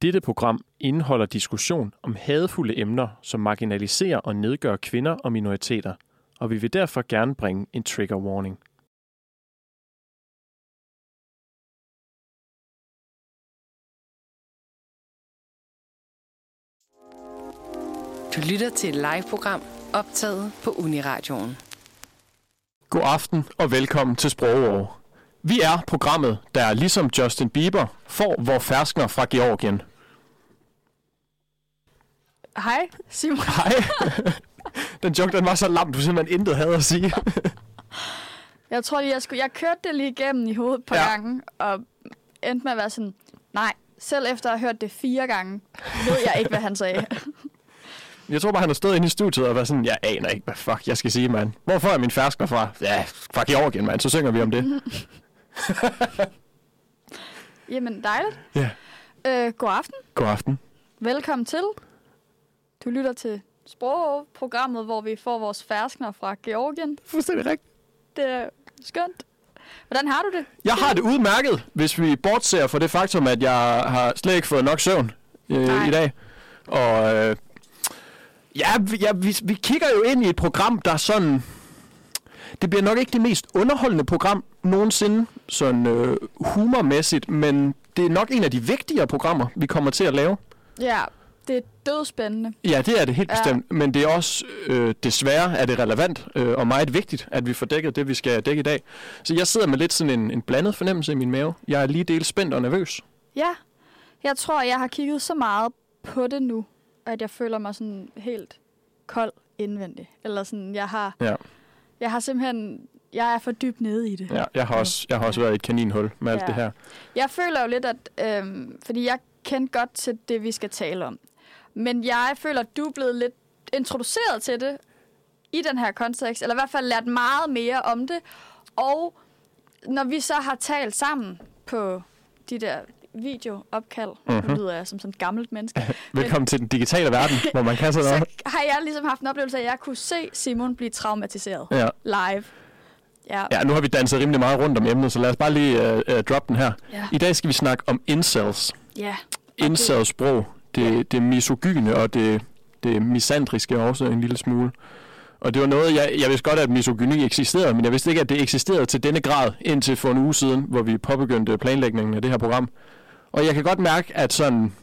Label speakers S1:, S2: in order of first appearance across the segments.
S1: Dette program indeholder diskussion om hadefulde emner, som marginaliserer og nedgør kvinder og minoriteter, og vi vil derfor gerne bringe en trigger warning.
S2: Du lytter til et live-program optaget på Uniradioen.
S1: God aften og velkommen til Sprogår. Vi er programmet, der ligesom Justin Bieber får vor ferskner fra Georgien.
S3: Hej, Simon.
S1: Hej. Den joke, den var så lam, du simpelthen intet havde at sige.
S3: Jeg tror lige, jeg kørte det lige igennem i hovedet et par gange, og endte med at være sådan, nej, selv efter at have hørt det 4 gange, ved jeg ikke, hvad han sagde.
S1: Jeg tror bare, han har stået inde i studiet og været sådan, jeg aner ikke, hvad fuck jeg skal sige, mand. Hvorfor er min ferskner fra? Ja, fra Georgien, mand. Så synger vi om det.
S3: Jamen, dejligt.
S1: Ja.
S3: God aften.
S1: God aften.
S3: Velkommen til. Du lytter til Sprogprogrammet, hvor vi får vores ferskner fra Georgien.
S1: Fuldstændig rigtigt.
S3: Det er skønt. Hvordan har du det?
S1: Jeg har det udmærket, hvis vi bortser fra det faktum, at jeg har slet ikke fået nok søvn i dag. Og vi kigger jo ind i et program, der sådan... Det bliver nok ikke det mest underholdende program nogensinde, sådan humormæssigt, men det er nok en af de vigtigere programmer, vi kommer til at lave.
S3: Ja, det er dødspændende.
S1: Ja, det er det helt bestemt, men det er også, desværre er det relevant og meget vigtigt, at vi får dækket det, vi skal dække i dag. Så jeg sidder med lidt sådan en blandet fornemmelse i min mave. Jeg er lige delt spændt og nervøs. Ja,
S3: jeg tror, jeg har kigget så meget på det nu, at jeg føler mig sådan helt kold indvendigt. Eller sådan, jeg har simpelthen... Jeg er for dybt nede i det.
S1: Ja, jeg har også været i et kaninhul med alt det her.
S3: Jeg føler jo lidt, at... fordi jeg kendte godt til det, vi skal tale om. Men jeg føler, at du er blevet lidt introduceret til det i den her kontekst. Eller i hvert fald lært meget mere om det. Og når vi så har talt sammen på de der videoopkald, nu lyder jeg som sådan et gammelt menneske.
S1: Velkommen til den digitale verden, hvor man kan sådan noget.
S3: Så har jeg ligesom haft en oplevelse af, at jeg kunne se Simon blive traumatiseret live.
S1: Ja, nu har vi danset rimelig meget rundt om emnet, så lad os bare lige droppe den her.
S3: Ja.
S1: I dag skal vi snakke om incels.
S3: Ja.
S1: Incels-sprog. Det misogyne og det misandriske også en lille smule. Og det var noget, jeg vidste godt, at misogyni eksisterede, men jeg vidste ikke, at det eksisterede til denne grad indtil for en uge siden, hvor vi påbegyndte planlægningen af det her program. Og jeg kan godt mærke, at sådan,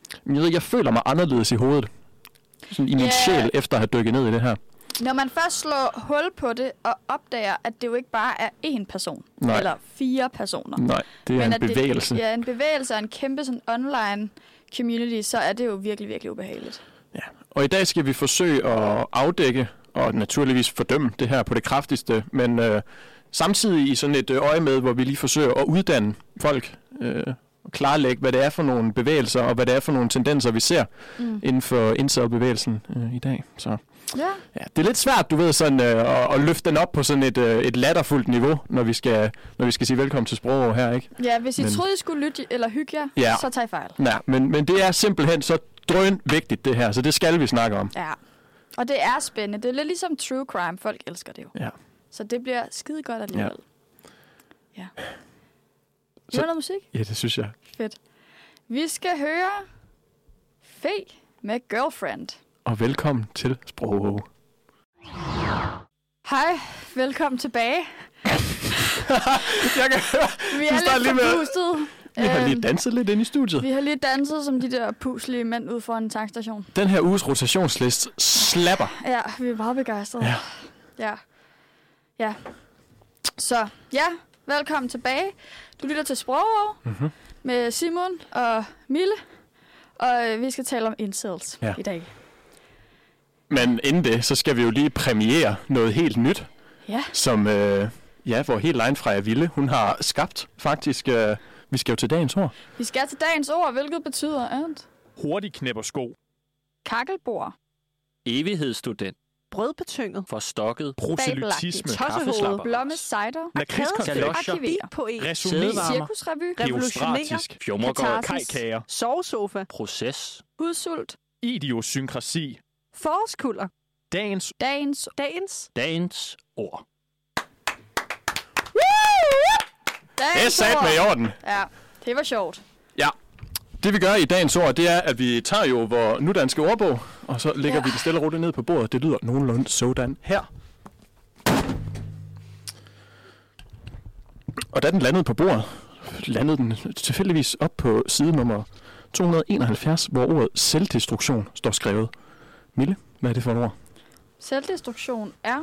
S1: jeg føler mig anderledes i hovedet. Sådan i min sjæl, efter at have dykket ned i det her.
S3: Når man først slår hul på det og opdager, at det jo ikke bare er én person, eller 4 personer.
S1: Nej, det er en bevægelse.
S3: Ja, en bevægelse og en kæmpe sådan online community, så er det jo virkelig, virkelig ubehageligt.
S1: Ja, og i dag skal vi forsøge at afdække og naturligvis fordømme det her på det kraftigste, men samtidig i sådan et øje med, hvor vi lige forsøger at uddanne folk og klarlægge, hvad det er for nogle bevægelser og hvad det er for nogle tendenser, vi ser inden for incel-bevægelsen i dag. Så ja, det er lidt svært, du ved, sådan at løfte den op på sådan et latterfuldt niveau, når vi skal sige velkommen til Sprogår her, ikke?
S3: Ja, hvis I troede, I skulle lytte eller hygge jer, så tag I fejl.
S1: Ja, men det er simpelthen så drøn vigtigt det her, så det skal vi snakke om.
S3: Ja, og det er spændende. Det er lidt ligesom true crime. Folk elsker det jo. Ja. Så det bliver skide godt alligevel. Ja. Hører noget musik?
S1: Ja, det synes jeg.
S3: Fedt. Vi skal høre Fe med Girlfriend.
S1: Og velkommen til Sprogår.
S3: Hej, velkommen tilbage.
S1: Jeg kan høre.
S3: Vi er lidt forpustet.
S1: Vi har lige danset lidt ind i studiet.
S3: Vi har lige danset som de der puslige mænd ude foran en tankstation.
S1: Den her uges rotationsliste slapper.
S3: Ja, vi er meget begejstrede. Ja. Så velkommen tilbage. Du lytter til Sprogår med Simon og Mille. Og vi skal tale om incels i dag.
S1: Men inden det, så skal vi jo lige premiere noget helt nyt.
S3: Ja.
S1: Som, hvor helt egen Freja Ville, hun har skabt faktisk... Vi skal jo til dagens ord.
S3: Vi skal til dagens ord, hvilket betyder at...
S1: Hurtig knæpper sko.
S3: Kakkelbord.
S4: Evighedsstudent.
S5: Brødbetynget.
S4: Forstokket.
S1: Proselytisme.
S5: Tossehoved.
S3: Blomme cider.
S1: Lakridskaffe.
S5: Poet.
S1: Resumé.
S3: Cirkusrevy.
S5: Revolutionere.
S1: Fjummergård. Kajkager.
S5: Sovesofa.
S4: Proces.
S3: Hudsult.
S1: Idiosynkrasi.
S5: Forårskulder.
S1: Dagens
S4: ord.
S1: Det er sat med i orden.
S3: Ja, det var sjovt.
S1: Ja. Det vi gør i dagens ord, det er, at vi tager jo vores nudanske ordbog, og så lægger vi det stille og roligt ned på bordet. Det lyder nogenlunde sådan her. Og da den landede på bordet, landede den tilfældigvis op på side nummer 271, hvor ordet selvdestruktion står skrevet. Mille, hvad er det for et ord?
S3: Selvdestruktion er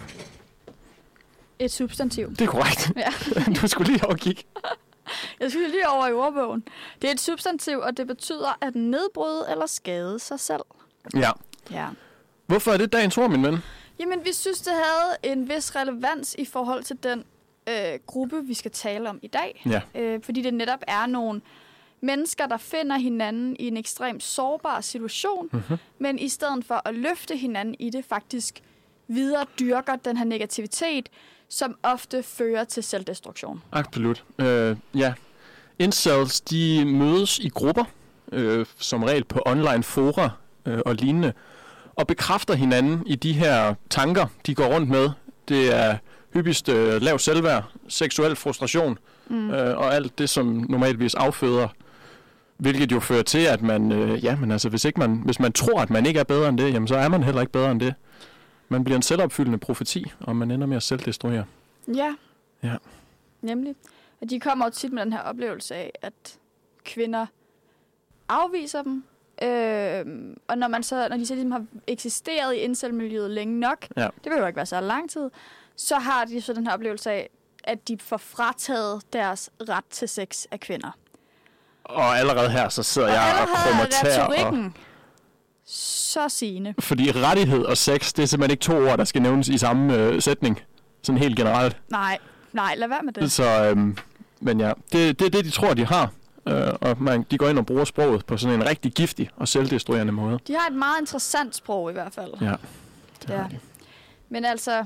S3: et substantiv.
S1: Det er korrekt.
S3: Ja.
S1: Du skulle lige over og kigge.
S3: Jeg skulle lige over i ordbogen. Det er et substantiv, og det betyder at nedbryde eller skade sig selv.
S1: Ja.
S3: Ja.
S1: Hvorfor er det dagens ord, min ven?
S3: Jamen, vi synes, det havde en vis relevans i forhold til den gruppe, vi skal tale om i dag.
S1: Ja.
S3: Fordi det netop er nogle mennesker, der finder hinanden i en ekstremt sårbar situation, men i stedet for at løfte hinanden i det, faktisk videre dyrker den her negativitet, som ofte fører til selvdestruktion.
S1: Absolut. Ja. Incels, de mødes i grupper, som regel på online fora og lignende, og bekræfter hinanden i de her tanker, de går rundt med. Det er hyppigst lav selvværd, seksuel frustration og alt det, som normalvis afføder, hvilket jo fører til, at man, men altså, hvis man tror, at man ikke er bedre end det, jamen, så er man heller ikke bedre end det. Man bliver en selvopfyldende profeti, og man ender med at selvdestruere.
S3: Ja.
S1: Ja.
S3: Nemlig. Og de kommer jo tit med den her oplevelse af, at kvinder afviser dem. Og når de så ligesom har eksisteret i incel-miljøet længe nok, det vil jo ikke være så lang tid, så har de så den her oplevelse af, at de får frataget deres ret til sex af kvinder.
S1: Og allerede her, så sidder jeg og krummer tæer.
S3: Så sigende.
S1: Fordi rettighed og sex, det er simpelthen ikke to ord, der skal nævnes i samme sætning. Sådan helt generelt.
S3: Nej, lad være med det.
S1: Så, men ja, det er det, de tror, de har. Og de går ind og bruger sproget på sådan en rigtig giftig og selvdestruerende måde.
S3: De har et meget interessant sprog i hvert fald.
S1: Ja, det har de.
S3: Men altså...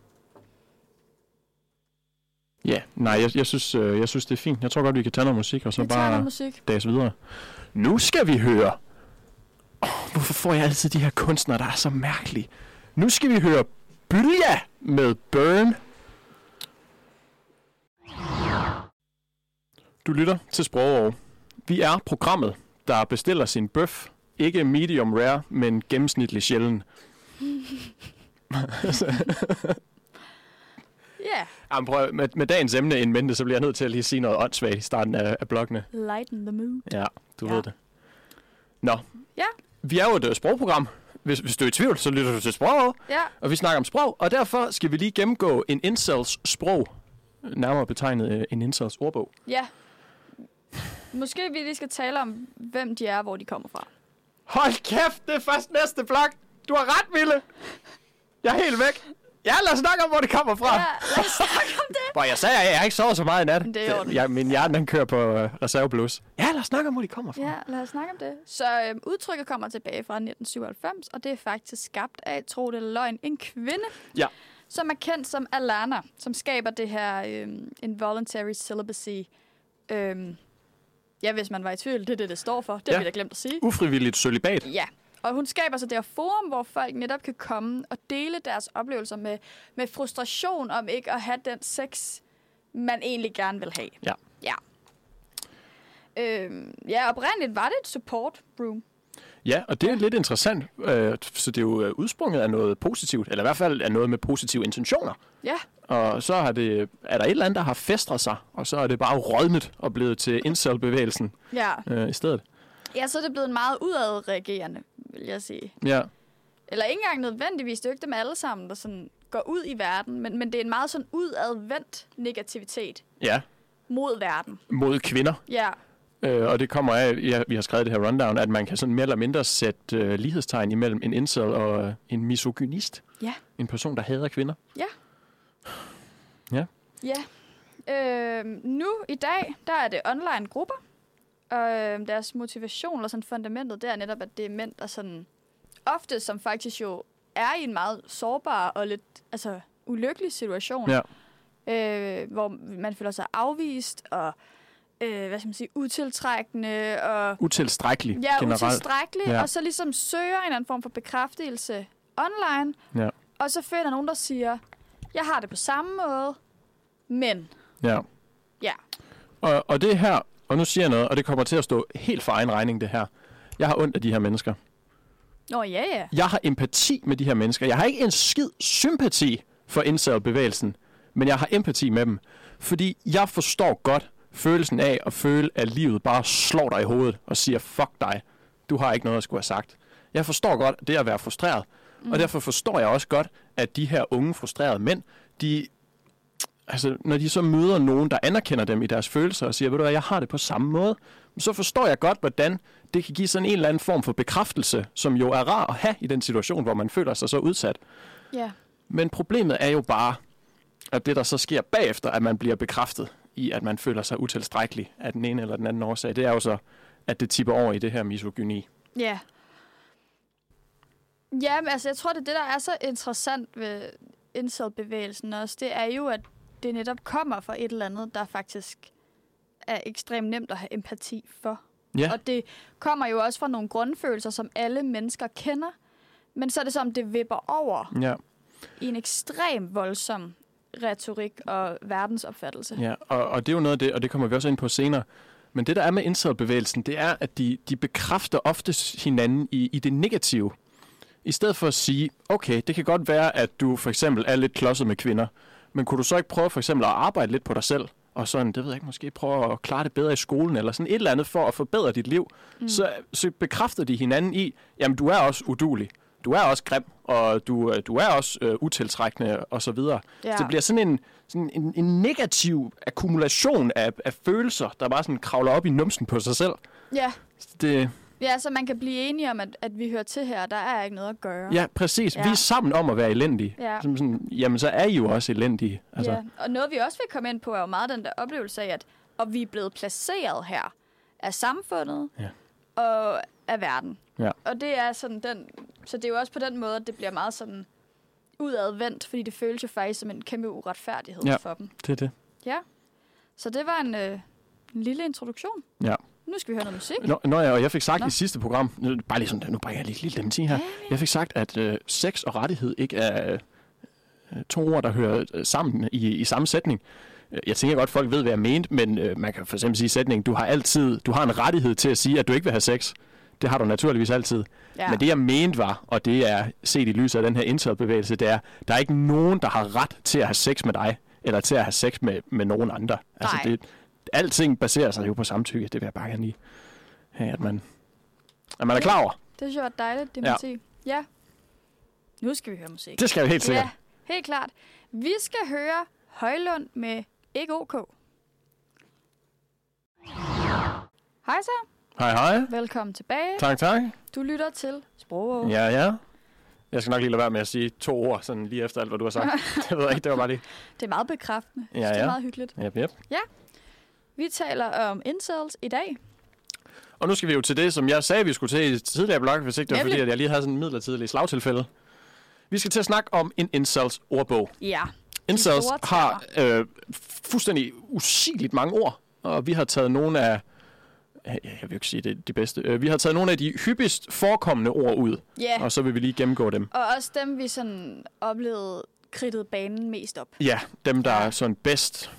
S1: Ja, nej, jeg synes, det er fint. Jeg tror godt, vi kan tage noget musik, og så bare dages videre. Nu skal vi høre... hvorfor får jeg altid de her kunstnere, der er så mærkelige? Nu skal vi høre Bylja med Burn. Du lytter til Sprogov. Vi er programmet, der bestiller sin bøf. Ikke medium rare, men gennemsnitlig sjælden.
S3: Ja.
S1: Jamen, prøv, med dagens emne in mente, så bliver jeg nødt til at lige sige noget åndssvagt i starten af bloggene.
S3: Lighten the mood.
S1: Ja, du ved det. Nå.
S3: Ja.
S1: Vi er jo et sprogprogram. Hvis du er i tvivl, så lytter du til Sprog.
S3: Ja.
S1: Og vi snakker om sprog, og derfor skal vi lige gennemgå en incels sprog. Nærmere betegnet en incels ordbog.
S3: Ja. Måske vi lige skal tale om, hvem de er og hvor de kommer fra.
S1: Hold kæft, det er først næste blok. Du har ret, Mille. Jeg er helt væk. Ja, lad os snakke om, hvor det kommer fra.
S3: Ja, lad os snakke om det.
S1: Hvor jeg sagde, at jeg ikke sover så meget i nat.
S3: Det er jo
S1: min hjerne, den kører på reserveblus. Ja, lad os snakke om, hvor de kommer fra.
S3: Ja, lad os snakke om det. Så udtrykket kommer tilbage fra 1997, og det er faktisk skabt af, tro det eller løgn, en kvinde, som er kendt som Alana, som skaber det her involuntary celibacy. Hvis man var i tvivl, det er det står for. Det har vi da glemt at sige.
S1: Ufrivilligt cølibat.
S3: Ja. Og hun skaber så det her forum, hvor folk netop kan komme og dele deres oplevelser med frustration om ikke at have den sex, man egentlig gerne vil have. Ja. Oprindeligt var det et support room.
S1: Ja, og det er lidt interessant. Så det er jo udsprunget af noget positivt, eller i hvert fald af noget med positive intentioner.
S3: Ja.
S1: Og så er der et eller andet, der har fæstret sig, og så er det bare rådnet og blevet til incel-bevægelsen i stedet.
S3: Ja, så er det blevet meget udadreagerende, vil jeg sige.
S1: Ja.
S3: Eller ikke engang nødvendigvis. Det er jo ikke dem alle sammen, der sådan går ud i verden, men det er en meget sådan udadvendt negativitet.
S1: Ja.
S3: Mod verden.
S1: Mod kvinder.
S3: Ja.
S1: Og det kommer af, vi har skrevet det her rundown, at man kan sådan mere eller mindre sætte lighedstegn imellem en incel og en misogynist.
S3: Ja.
S1: En person, der hader kvinder.
S3: Ja.
S1: Ja.
S3: Ja. Nu i dag, der er det online grupper. Og deres motivation og sådan fundamentet, det er netop, at det er mænd, der sådan ofte, som faktisk jo er i en meget sårbar og lidt ulykkelig situation.
S1: Ja.
S3: Hvor man føler sig afvist og utiltrækkende og
S1: utilstrækkelig
S3: generelt. Utilstrækkelig, og så ligesom søger en anden form for bekræftelse online.
S1: Ja.
S3: Og så finder nogen, der siger, jeg har det på samme måde, men.
S1: Ja.
S3: Ja.
S1: Og det her Og nu siger jeg noget, og det kommer til at stå helt for egen regning, det her. Jeg har ondt af de her mennesker.
S3: Ja.
S1: Jeg har empati med de her mennesker. Jeg har ikke en skid sympati for incel-bevægelsen, men jeg har empati med dem. Fordi jeg forstår godt følelsen af at føle, at livet bare slår dig i hovedet og siger, fuck dig, du har ikke noget at skulle have sagt. Jeg forstår godt det at være frustreret, og derfor forstår jeg også godt, at de her unge frustrerede mænd, når de så møder nogen, der anerkender dem i deres følelser og siger, ved du hvad, jeg har det på samme måde, så forstår jeg godt, hvordan det kan give sådan en eller anden form for bekræftelse, som jo er rar at have i den situation, hvor man føler sig så udsat.
S3: Ja.
S1: Men problemet er jo bare, at det, der så sker bagefter, at man bliver bekræftet i, at man føler sig utilstrækkelig af den ene eller den anden årsag, det er jo så, at det tipper over i det her misogyni.
S3: Ja. Ja, men altså, jeg tror, det der er så interessant ved incel-bevægelsen også, det er jo, at det netop kommer fra et eller andet, der faktisk er ekstremt nemt at have empati for.
S1: Ja.
S3: Og det kommer jo også fra nogle grundfølelser, som alle mennesker kender, men så er det som, det vipper over i en ekstrem voldsom retorik og verdensopfattelse.
S1: Ja, og det er jo noget af det, og det kommer vi også ind på senere. Men det, der er med incel-bevægelsen, det er, at de bekræfter oftest hinanden i det negative. I stedet for at sige, okay, det kan godt være, at du for eksempel er lidt klodset med kvinder, men kunne du så ikke prøve for eksempel at arbejde lidt på dig selv, og sådan, det ved jeg ikke, måske prøve at klare det bedre i skolen, eller sådan et eller andet for at forbedre dit liv, så bekræfter de hinanden i, jamen du er også uduelig, du er også grim, og du er også utiltrækkende, og så videre.
S3: Ja.
S1: Så det bliver sådan en negativ akkumulation af følelser, der bare sådan kravler op i numsen på sig selv.
S3: Ja.
S1: Det...
S3: Ja, så man kan blive enige om, at vi hører til her, der er ikke noget at gøre.
S1: Ja, præcis. Ja. Vi er sammen om at være elendige. Ja. Jamen, så er I jo også elendige. Altså.
S3: Ja, og noget vi også vil komme ind på, er jo meget den der oplevelse af, at vi er blevet placeret her af samfundet og af verden. Ja. Og det er sådan så det er jo også på den måde, at det bliver meget sådan udadvendt, fordi det føles jo faktisk som en kæmpe uretfærdighed for dem.
S1: Det er det.
S3: Ja, så det var en lille introduktion.
S1: Ja.
S3: Nu skal vi høre noget musik.
S1: Og jeg fik sagt i sidste program, bare lige sådan, nu bringer jeg lige et lille dementi her. Jeg fik sagt, at sex og rettighed ikke er to ord, der hører sammen i samme sætning. Jeg tænker godt, at folk ved, hvad jeg mente, men man kan for eksempel sige sætningen, du har en rettighed til at sige, at du ikke vil have sex. Det har du naturligvis altid. Ja. Men det, jeg mente var, og det er set i lyset af den her incel-bevægelse, det er, der er ikke nogen, der har ret til at have sex med dig, eller til at have sex med nogen andre. Altså, alting baserer sig jo på samtykke. Det vil jeg bare gerne lige have, at man er klar over.
S3: Det synes jeg var dejligt, dementi. Ja. Nu skal vi høre musik.
S1: Det skal vi helt sikkert.
S3: Ja, helt klart. Vi skal høre Højlund med Ikke OK. Hej så.
S1: Hej.
S3: Velkommen tilbage.
S1: Tak.
S3: Du lytter til Sprogå.
S1: Ja. Jeg skal nok lige lade være med at sige 2 ord, sådan lige efter alt, hvad du har sagt. Det ved jeg ikke, det var bare det.
S3: Det er meget bekræftende.
S1: Ja.
S3: Det er meget hyggeligt.
S1: Yep.
S3: Ja. Vi taler om incels i dag.
S1: Og nu skal vi jo til det, som jeg sagde, vi skulle til i tidligere blog, hvis ikke det var fordi, at jeg lige havde sådan en midlertidig slagtilfælde. Vi skal til at snakke om en incels ordbog.
S3: Ja.
S1: Incels har fuldstændig usigeligt mange ord, og vi har taget nogle af, jeg vil ikke sige det de bedste, vi har taget nogle af de hyppigst forekommende ord ud, og så vil vi lige gennemgå dem.
S3: Og også dem, vi sådan oplevede kridtet banen mest op.
S1: Ja, dem der er sådan bedst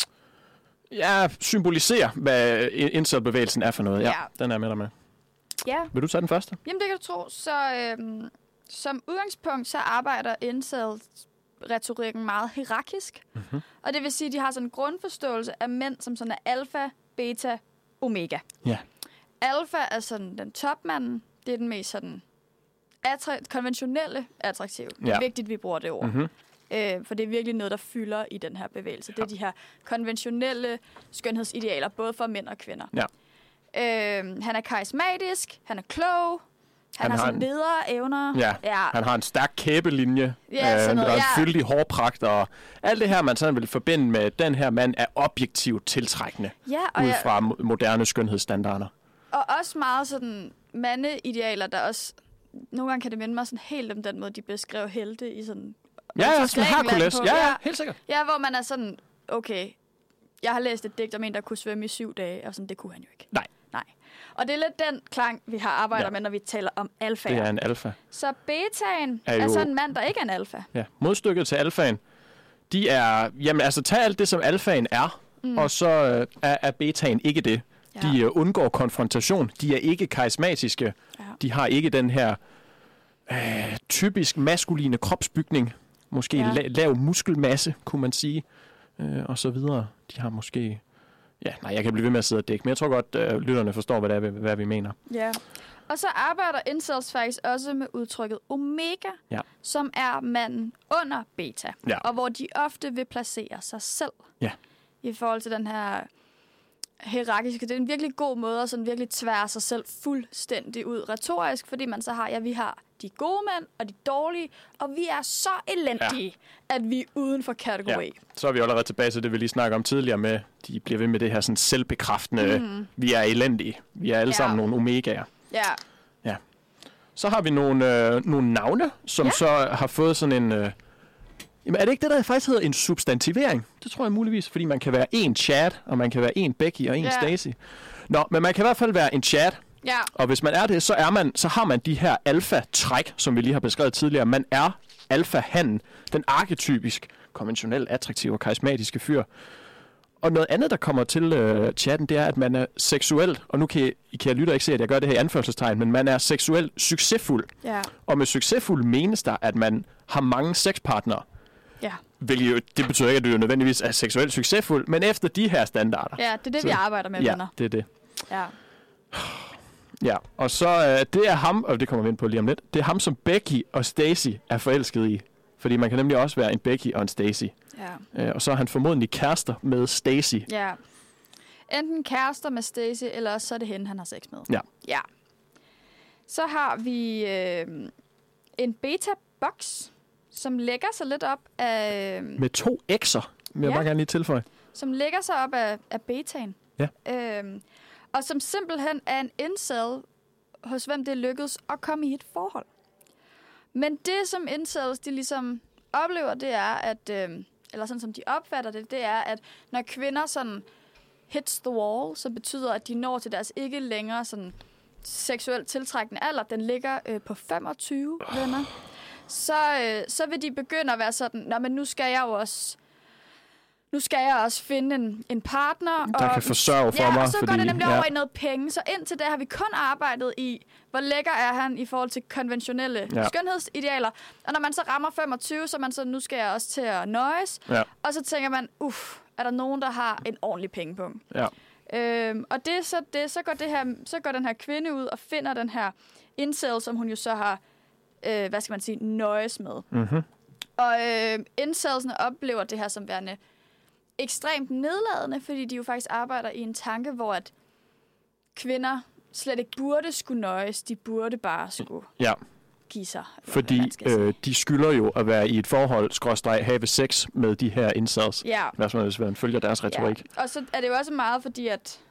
S1: symboliserer, hvad incel-bevægelsen er for noget. Ja, den er med dig med.
S3: Ja.
S1: Vil du tage den første?
S3: Jamen, det kan du tro. Så som udgangspunkt, så arbejder incel-retorikken meget hierarkisk. Mm-hmm. Og det vil sige, at de har sådan en grundforståelse af mænd, som sådan er alfa, beta, omega.
S1: Ja.
S3: Alfa er sådan den topmanden. Det er den mest sådan konventionelle attraktiv. Det er vigtigt, vi bruger det ord. Mm-hmm. For det er virkelig noget, der fylder i den her bevægelse. Det er de her konventionelle skønhedsidealer, både for mænd og kvinder. Ja. Han er karismatisk, han er klog, han har sådan lederevner.
S1: Ja, han har en stærk kæbelinje, der er fyldig hårpragt, og alt det her, man sådan vil forbinde med, den her mand er objektivt tiltrækkende, ud fra moderne skønhedsstandarder. Og
S3: også meget sådan mandeidealer, der også, nogle gange kan det minde mig sådan helt om den måde, de beskrev helte i sådan...
S1: Ja, som Hercules. Ja, helt sikkert.
S3: Ja, hvor man er sådan, okay, jeg har læst et digt om en, der kunne svømme i 7 dage, og sådan, det kunne han jo ikke.
S1: Nej.
S3: Og det er lidt den klang, vi har arbejdet med, når vi taler om alfaer.
S1: Det er en alfa.
S3: Så betaen er så en mand, der ikke er en alfa.
S1: Ja, modstykket til alfaen, de er, jamen altså tag alt det, som alfaen er, og så er betaen ikke det.
S3: Ja.
S1: De undgår konfrontation. De er ikke karismatiske.
S3: Ja.
S1: De har ikke den her typisk maskuline kropsbygning. Måske lav muskelmasse, kunne man sige. Og så videre. De har måske... Ja, nej, jeg kan blive ved med at sidde og dække, men jeg tror godt, lytterne forstår, hvad vi mener.
S3: Ja. Og så arbejder incels faktisk også med udtrykket omega, som er manden under beta. Ja. Og hvor de ofte vil placere sig selv i forhold til den her hierarkiske. Det er en virkelig god måde at sådan virkelig tvære sig selv fuldstændig ud retorisk, fordi man så har, vi har de gode mænd og de dårlige, og vi er så elendige, at vi er uden for kategori.
S1: Ja. Så er vi allerede tilbage til det, vi lige snakker om tidligere med, de bliver ved med det her sådan selvbekræftende, vi er elendige. Vi er alle sammen nogle omegaer.
S3: Ja.
S1: Ja. Så har vi nogle navne, som så har fået sådan en... Jamen, er det ikke det, der faktisk hedder en substantivering? Det tror jeg muligvis, fordi man kan være en Chad, og man kan være en Becky og en Stacy. Nå, men man kan i hvert fald være en Chad. Ja. Og hvis man er det, så har man de her alfa-træk, som vi lige har beskrevet tidligere. Man er alfa-hannen, den arketypisk, konventionelt attraktive og karismatiske fyr. Og noget andet, der kommer til chatten, det er, at man er seksuelt, og nu kan jeg lytte ikke se, at jeg gør det her i anførselstegn, men man er seksuelt succesfuld. Ja. Og med succesfuld menes der, at man har mange sexpartnere. Ja. Det betyder ikke, at du nødvendigvis er seksuelt succesfuld, men efter de her standarder.
S3: Ja, det er det, vi arbejder med, venner.
S1: Ja, det er det.
S3: Ja.
S1: Ja, og så det er ham, og det kommer vi ind på lige om lidt, det er ham, som Becky og Stacy er forelsket i. Fordi man kan nemlig også være en Becky og en Stacy. Ja. Og så er han formodentlig kærester med Stacy. Ja.
S3: Enten kærester med Stacy, eller også så er det hende, han har sex med.
S1: Ja.
S3: Ja. Så har vi en beta-box, som lægger sig lidt op af...
S1: Med 2 x'er, vil jeg bare gerne lige tilføje.
S3: Som lægger sig op af betaen. Ja. Og som simpelthen er en incel, hos hvem det lykkedes at komme i et forhold. Men det, som incels, de ligesom oplever, det er, at... eller sådan som de opfatter det, det er, at når kvinder sådan hits the wall, så betyder, at de når til deres ikke længere sådan seksuelt tiltrækkende alder. Den ligger på 25 venner. Så vil de begynde at være sådan, nå, men nu skal jeg også finde en partner.
S1: Der kan forsørge for mig.
S3: Og så går det nemlig over i noget penge. Så indtil da har vi kun arbejdet i, hvor lækker er han i forhold til konventionelle skønhedsidealer. Og når man så rammer 25, så er man så, nu skal jeg også til at nøjes. Ja. Og så tænker man, er der nogen, der har en ordentlig pengepunkt? Ja. Og det er så det, så går den her kvinde ud og finder den her incel, som hun jo så har, nøjes med. Mm-hmm. Og incelsene oplever det her som værende ekstremt nedladende, fordi de jo faktisk arbejder i en tanke, hvor at kvinder slet ikke burde skulle nøjes, de burde bare skulle give sig.
S1: Fordi de skylder jo at være i et forhold, have sex med de her incels. Ja. Hvis man følger deres retorik.
S3: Ja. Og så er det jo også meget fordi, at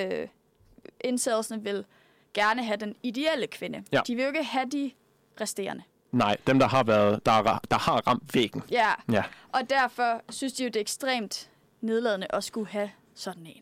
S3: incelsene vil gerne have den ideelle kvinde. Ja. De vil jo ikke have de resterende.
S1: Nej, dem der har ramt væggen.
S3: Ja. Og derfor synes de jo, det er ekstremt nedladende at skulle have sådan en.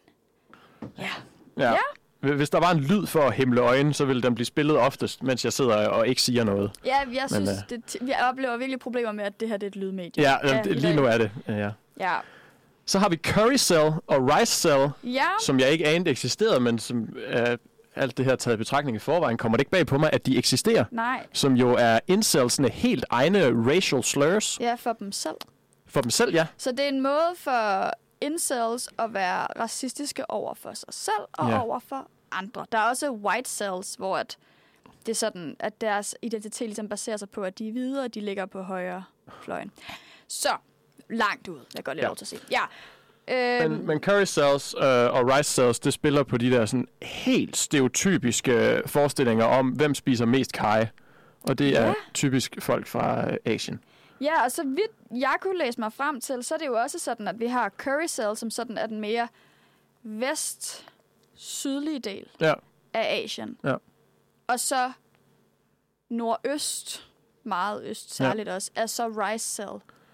S3: Ja.
S1: Hvis der var en lyd for at himle øjne, så ville den blive spillet oftest, mens jeg sidder og ikke siger noget.
S3: Ja, jeg synes, jeg oplever virkelig problemer med, at det her det er et lydmedie.
S1: Ja, lige nu er det. Ja. Så har vi Curry Cell og Rice Cell, som jeg ikke anede eksisterede, men som alt det her taget i betragtning i forvejen, kommer det ikke bag på mig, at de eksisterer.
S3: Nej.
S1: Som jo er incelsene helt egne racial slurs.
S3: Ja, for dem selv.
S1: For dem selv, ja.
S3: Så det er en måde for incels at være racistiske over for sig selv og over for andre. Der er også white cells, hvor det er sådan, at deres identitet ligesom baserer sig på, at de er hvide, og de ligger på højre fløjen. Så, langt ud. Jeg går lidt lov til at se. Ja.
S1: Men curry cells og rice cells, det spiller på de der sådan helt stereotypiske forestillinger om, hvem spiser mest kaj. Og det er typisk folk fra Asien.
S3: Ja, og så vidt jeg kunne læse mig frem til, så er det jo også sådan, at vi har curry cells, som sådan er den mere vest-sydlige del af Asien. Ja. Og så nordøst, meget øst særligt også, er så rice cell.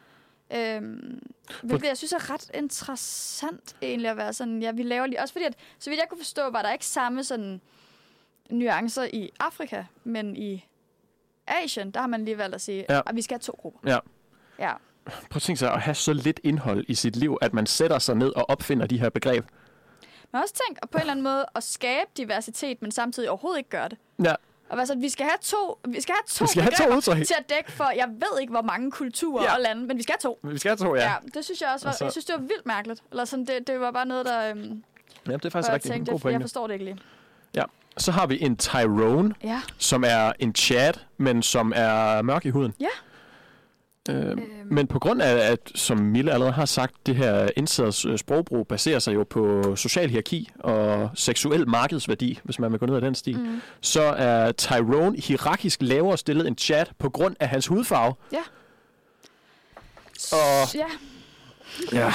S3: Hvilket jeg synes er ret interessant egentlig at være sådan, vi laver lige, også fordi at, så vidt jeg kunne forstå, var der ikke samme sådan nuancer i Afrika, men i Asien, der har man lige valgt at sige, at vi skal have 2 grupper. Ja.
S1: Prøv at tænke sig at have så lidt indhold i sit liv, at man sætter sig ned og opfinder de her begreb.
S3: Men også tænk på en eller anden måde at skabe diversitet, men samtidig overhovedet ikke gøre det.
S1: Ja.
S3: Og altså, vi skal have to
S1: udtryk
S3: til at dække for, jeg ved ikke, hvor mange kulturer og lande, men vi skal have to.
S1: Vi skal have to, ja.
S3: Ja, det synes jeg også var, jeg synes, det var vildt mærkeligt. Eller sådan, det var bare noget, der...
S1: Ja, det er faktisk rigtig en god pointe.
S3: Jeg forstår det ikke lige.
S1: Ja, så har vi en Tyrone, som er en Chad, men som er mørk i huden.
S3: Ja.
S1: Men på grund af, at, som Mille allerede har sagt, det her incels sprogbrug baserer sig jo på social hierarki og seksuel markedsværdi, hvis man vil gå ned ad den stil, så er Tyrone hierarkisk lavere stillet end Chad på grund af hans hudfarve.
S3: Ja.
S1: Og... Ja.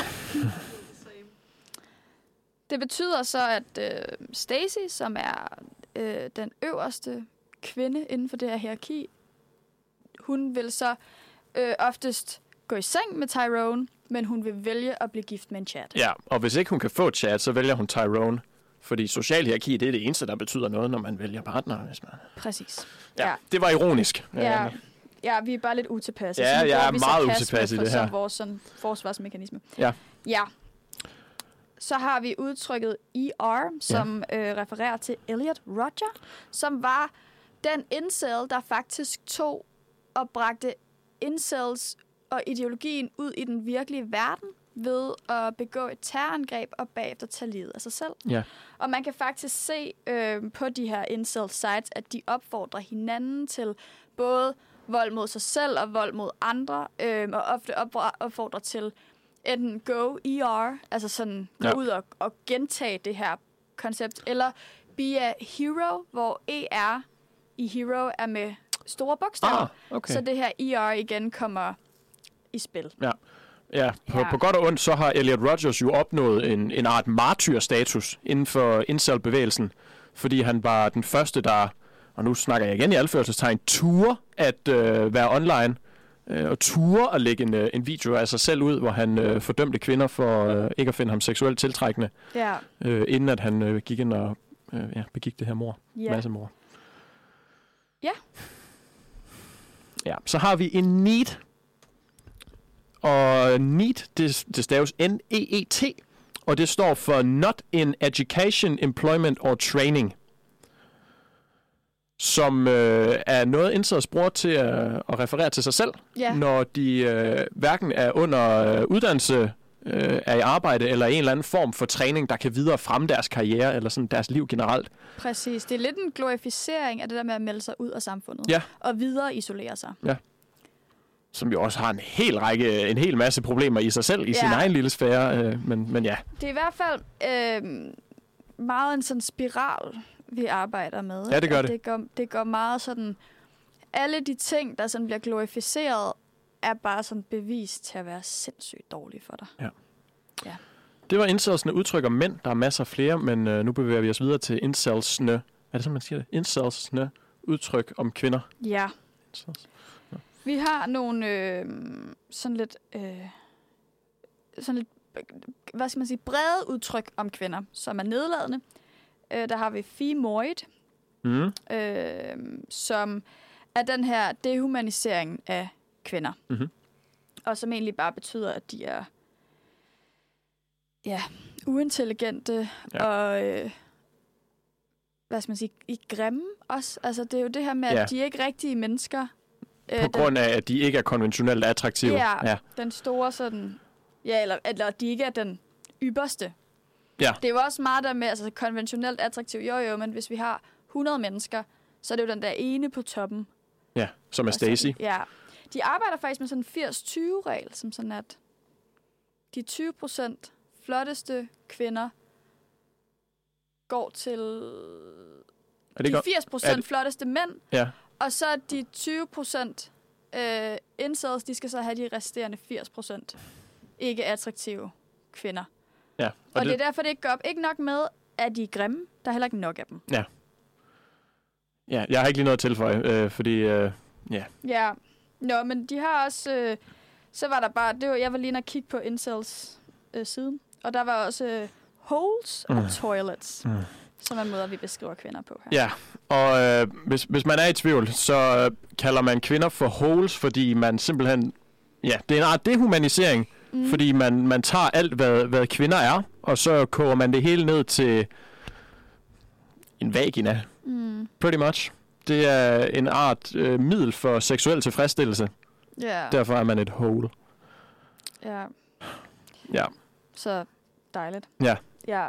S3: Det betyder så, at Stacy, som er den øverste kvinde inden for det her hierarki, hun vil så oftest gå i seng med Tyrone, men hun vil vælge at blive gift med en Chad.
S1: Ja, og hvis ikke hun kan få Chad, så vælger hun Tyrone. Fordi social hierarki, det er det eneste, der betyder noget, når man vælger partner. Hvis man...
S3: Præcis.
S1: Ja, det var ironisk.
S3: Ja, vi er bare lidt utilpasse.
S1: Ja, jeg er meget utilpasse i det her.
S3: Som vores sådan, forsvarsmekanisme.
S1: Ja.
S3: Ja. Så har vi udtrykket ER, som refererer til Elliot Rodger, som var den incel, der faktisk tog og bragte incels og ideologien ud i den virkelige verden ved at begå et terrorangreb og bagefter tage livet af sig selv.
S1: Ja.
S3: Og man kan faktisk se på de her incel sites, at de opfordrer hinanden til både vold mod sig selv og vold mod andre, og ofte opfordrer til enten go ER, altså sådan gå ud og gentage det her koncept, eller be a hero, hvor ER i hero er med store bogstaver.
S1: Okay.
S3: Så det her ER igen kommer i spil.
S1: Ja, på godt og ondt, så har Elliot Rodgers jo opnået en art martyrstatus inden for incel-bevægelsen, fordi han var den første, der, og nu snakker jeg igen i anførselstegn, turde at være online, og turde at lægge en video af sig selv ud, hvor han fordømte kvinder for ikke at finde ham seksuelt tiltrækkende, inden at han gik ind og begik det her mord. Massemord.
S3: Ja.
S1: Ja, så har vi en NEET. Og NEET, det staves N-E-E-T, og det står for Not in Education, Employment or Training, som er noget incels bruger til at referere til sig selv, når de hverken er under uddannelse, er i arbejde, eller en eller anden form for træning, der kan videre fremme deres karriere, eller sådan deres liv generelt.
S3: Præcis. Det er lidt en glorificering af det der med at melde sig ud af samfundet, og videre isolere sig.
S1: Ja. Som jo også har en hel masse problemer i sig selv, i sin egen lille sfære, men ja.
S3: Det er i hvert fald meget en sådan spiral, vi arbejder med.
S1: Ja, det gør det.
S3: Det går meget sådan... Alle de ting, der sådan bliver glorificeret, er bare sådan bevis til at være sindssygt dårlige for dig. Ja.
S1: Det var incelsne udtryk om mænd. Der er masser af flere, men nu bevæger vi os videre til incelsne... Er det sådan, man siger det? Incelsne udtryk om kvinder.
S3: Ja. Vi har nogle sådan lidt, hvad skal man sige, brede udtryk om kvinder, som er nedladende. Der har vi femoid, som er den her dehumanisering af kvinder. Mm-hmm. Og som egentlig bare betyder, at de er uintelligente og hvad skal man sige, grimme også. Altså det er jo det her med, at de er ikke rigtige mennesker.
S1: På grund af, at de ikke er konventionelt attraktive.
S3: Ja, den store sådan... Ja, eller de ikke er den ypperste.
S1: Ja.
S3: Det er jo også meget der med, altså konventionelt attraktiv, jo, men hvis vi har 100 mennesker, så er det jo den der ene på toppen.
S1: Ja, som er Stacy.
S3: Ja. De arbejder faktisk med sådan en 80-20-regel, som sådan at de 20% flotteste kvinder går til de 80% flotteste mænd, og så de 20% incels, de skal så have de resterende 80% ikke attraktive kvinder.
S1: Ja,
S3: og det er derfor, det ikke går op. Ikke nok med, at de er grimme, der er heller ikke nok af dem.
S1: Ja. Ja, jeg har ikke lige noget at tilføje, fordi...
S3: Ja, men de har også... så var der bare... Jeg var lige inde og kigge på incels siden, og der var også holes og toilets, som er måder, vi beskriver kvinder på her.
S1: Ja, og hvis man er i tvivl, så kalder man kvinder for holes, fordi man simpelthen... Ja, det er en art dehumanisering, Fordi man tager alt, hvad kvinder er, og så koger man det hele ned til en vagina. Pretty much. Det er en art middel for seksuel tilfredsstillelse.
S3: Ja.
S1: Derfor er man et hole.
S3: Ja.
S1: Ja.
S3: Så dejligt.
S1: Ja.
S3: Ja.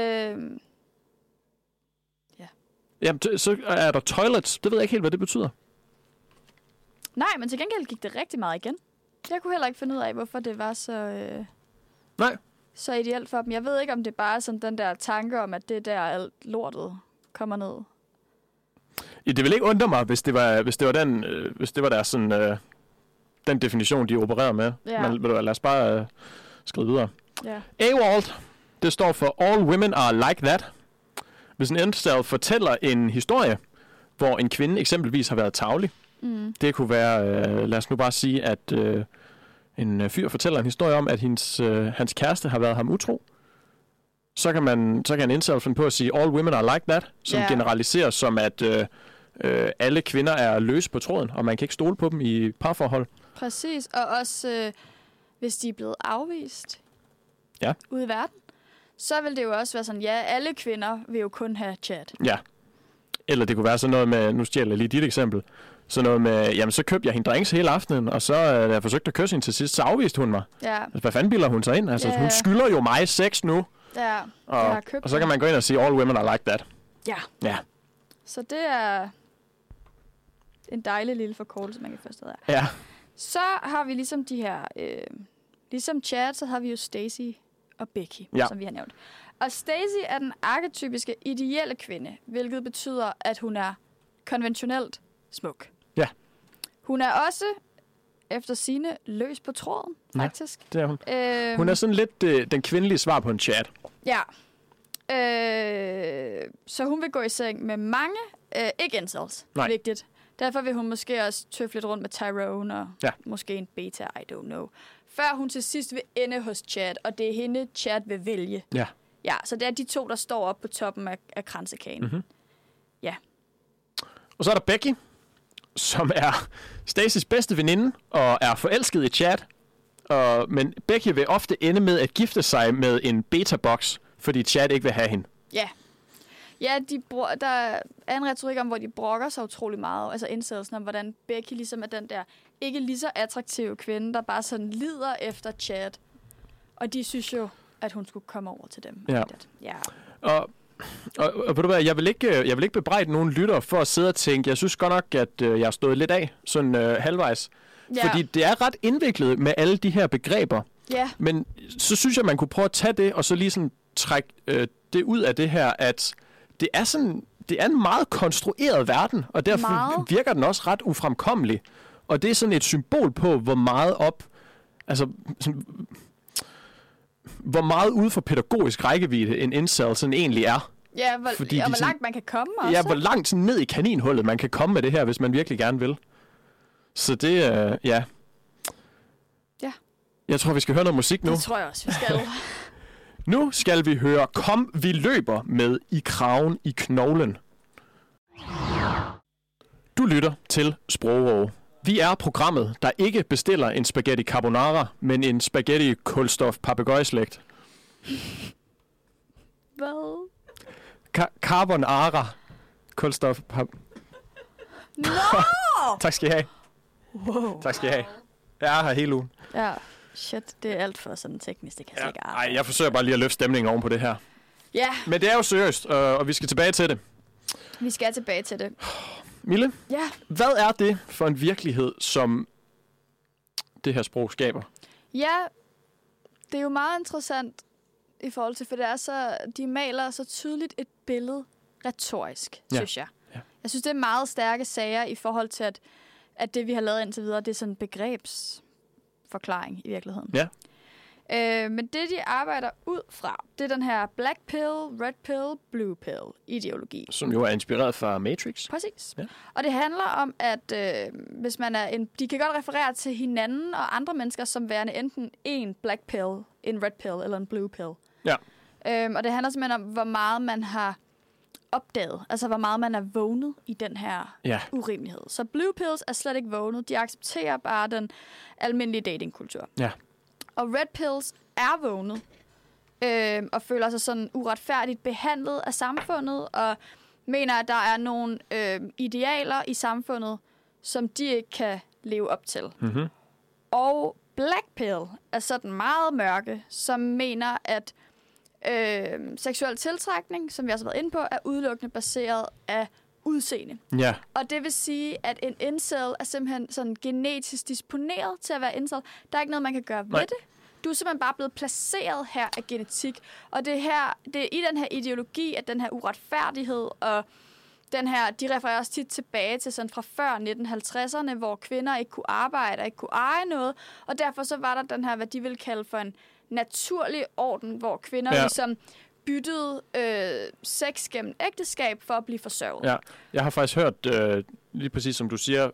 S1: Jamen, så er der toilets. Det ved jeg ikke helt, hvad det betyder.
S3: Nej, men til gengæld gik det rigtig meget igen. Jeg kunne heller ikke finde ud af, hvorfor det var så...
S1: Nej.
S3: Så ideelt for dem. Jeg ved ikke, om det bare er sådan den der tanke om, at det der alt lortet kommer ned.
S1: Ja, det vil ikke undre mig, hvis det var deres sådan, den definition, de opererer med.
S3: Ja.
S1: Men lad os bare skrive videre.
S3: Ja.
S1: AWOL, det står for All Women Are Like That. Hvis en incel fortæller en historie, hvor en kvinde eksempelvis har været tarvelig. Det kunne være, lad os nu bare sige, at en fyr fortæller en historie om, at hans kæreste har været ham utro. Så kan en incel finde på at sige, all women are like that, som generaliseres som, at alle kvinder er løse på tråden, og man kan ikke stole på dem i parforhold.
S3: Præcis, og også hvis de er blevet afvist ude i verden, så vil det jo også være sådan, ja, alle kvinder vil jo kun have chat.
S1: Ja, eller det kunne være sådan noget med, nu stjæler jeg lige dit eksempel, sådan noget med, jamen så købte jeg hende drinks hele aftenen, og så da jeg forsøgte at kysse hende til sidst, så afviste hun mig.
S3: Ja.
S1: Altså, hvad fanden bilder hun sig ind? Altså, hun skylder jo mig sex nu.
S3: Ja,
S1: og så kan man gå ind og sige, all women are like that. Ja.
S3: Så det er en dejlig lille forkortelse, man kan forstå der.
S1: Ja.
S3: Så har vi ligesom de her, ligesom Chad, så har vi jo Stacy og Becky, som vi har nævnt. Og Stacy er den arketypiske ideelle kvinde, hvilket betyder, at hun er konventionelt smuk.
S1: Ja.
S3: Hun er også, efter sigende, løs på tråden, faktisk.
S1: Det er hun. Hun er sådan lidt den kvindelige svar på en chat.
S3: Ja. Så hun vil gå i seng med mange, ikke incels, vigtigt. Derfor vil hun måske også tøffe lidt rundt med Tyrone og måske en beta, I don't know. Før hun til sidst vil ende hos Chad, og det er hende, Chad vil vælge. Ja. Ja, så det er de to, der står oppe på toppen af kransekagen. Mm-hmm. Ja.
S1: Og så er der Becky, som er Stacys bedste veninde og er forelsket i Chad. Men Becky vil ofte ende med at gifte sig med en beta-box, fordi Chad ikke vil have hende.
S3: Ja. Ja, der er en retorik om, hvor de brokker sig utrolig meget. Altså indsættelsen om, hvordan Becky ligesom er den der ikke lige så attraktive kvinde, der bare sådan lider efter Chad. Og de synes jo, at hun skulle komme over til dem.
S1: Ja.
S3: Ja.
S1: Og ved du hvad, jeg vil ikke bebrejde nogen lytter for at sidde og tænke, jeg synes godt nok, at jeg har stået lidt af, sådan halvvejs. Ja. Fordi det er ret indviklet med alle de her begreber. Ja. Men så synes jeg, man kunne prøve at tage det, og så lige sådan trække det ud af det her, at det er en meget konstrueret verden, og derfor virker den også ret ufremkommelig. Og det er sådan et symbol på, hvor meget ude for pædagogisk rækkevidde en incel sådan egentlig er.
S3: Ja, hvor langt man kan komme også.
S1: Ja, hvor langt sådan ned i kaninhullet man kan komme med det her, hvis man virkelig gerne vil. Så det, ja. Jeg tror, vi skal høre noget musik nu.
S3: Det tror jeg også, vi skal.
S1: Nu skal vi høre Kom, vi løber med I kraven i knoglen. Du lytter til Sprogråd. Vi er programmet, der ikke bestiller en spaghetti carbonara, men en spaghetti kulstof papegøjeslægt.
S3: Hvad?
S1: Carbonara. Kulstof
S3: No!
S1: Tak skal I have.
S3: Wow.
S1: Tak skal I have. Jeg er her hele ugen.
S3: Ja, shit, det er alt for sådan teknisk, det kan jeg ikke arbejde.
S1: Nej, jeg forsøger bare lige at løfte stemningen oven på det her.
S3: Ja.
S1: Men det er jo seriøst, og vi skal tilbage til det.
S3: Vi skal tilbage til det.
S1: Mille?
S3: Ja.
S1: Hvad er det for en virkelighed, som det her sprog skaber?
S3: Ja, det er jo meget interessant i forhold til, for det er så, de maler så tydeligt et billede retorisk, synes jeg. Ja. Jeg synes, det er meget stærke sager i forhold til, at det, vi har lavet indtil videre, det er sådan en begrebsforklaring i virkeligheden. Ja. Men det, de arbejder ud fra, det er den her black pill, red pill, blue pill ideologi.
S1: Som jo er inspireret fra Matrix.
S3: Præcis. Ja. Og det handler om, at hvis man er de kan godt referere til hinanden og andre mennesker som værende enten en black pill, en red pill eller en blue pill. Ja. Og det handler simpelthen om, hvor meget man har opdaget, altså hvor meget man er vågnet i den her urimelighed. Så blue pills er slet ikke vågnet. De accepterer bare den almindelige datingkultur. Ja. Og red pills er vågnet. Og føler sig sådan uretfærdigt behandlet af samfundet, og mener, at der er nogle idealer i samfundet, som de ikke kan leve op til.
S1: Mm-hmm.
S3: Og black pill er sådan meget mørke, som mener, at seksuel tiltrækning, som vi også har været inde på, er udelukkende baseret af udseende.
S1: Ja.
S3: Og det vil sige, at en incel er simpelthen sådan genetisk disponeret til at være incel. Der er ikke noget, man kan gøre ved det. Du er simpelthen bare blevet placeret her af genetik. Og det er i den her ideologi, at den her uretfærdighed og den her, de refererer også tit tilbage til sådan fra før 1950'erne, hvor kvinder ikke kunne arbejde og ikke kunne eje noget. Og derfor så var der den her, hvad de vil kalde for en naturlig orden, hvor kvinder ligesom byttede sex gennem ægteskab for at blive forsørget.
S1: Ja, jeg har faktisk hørt, lige præcis som du siger,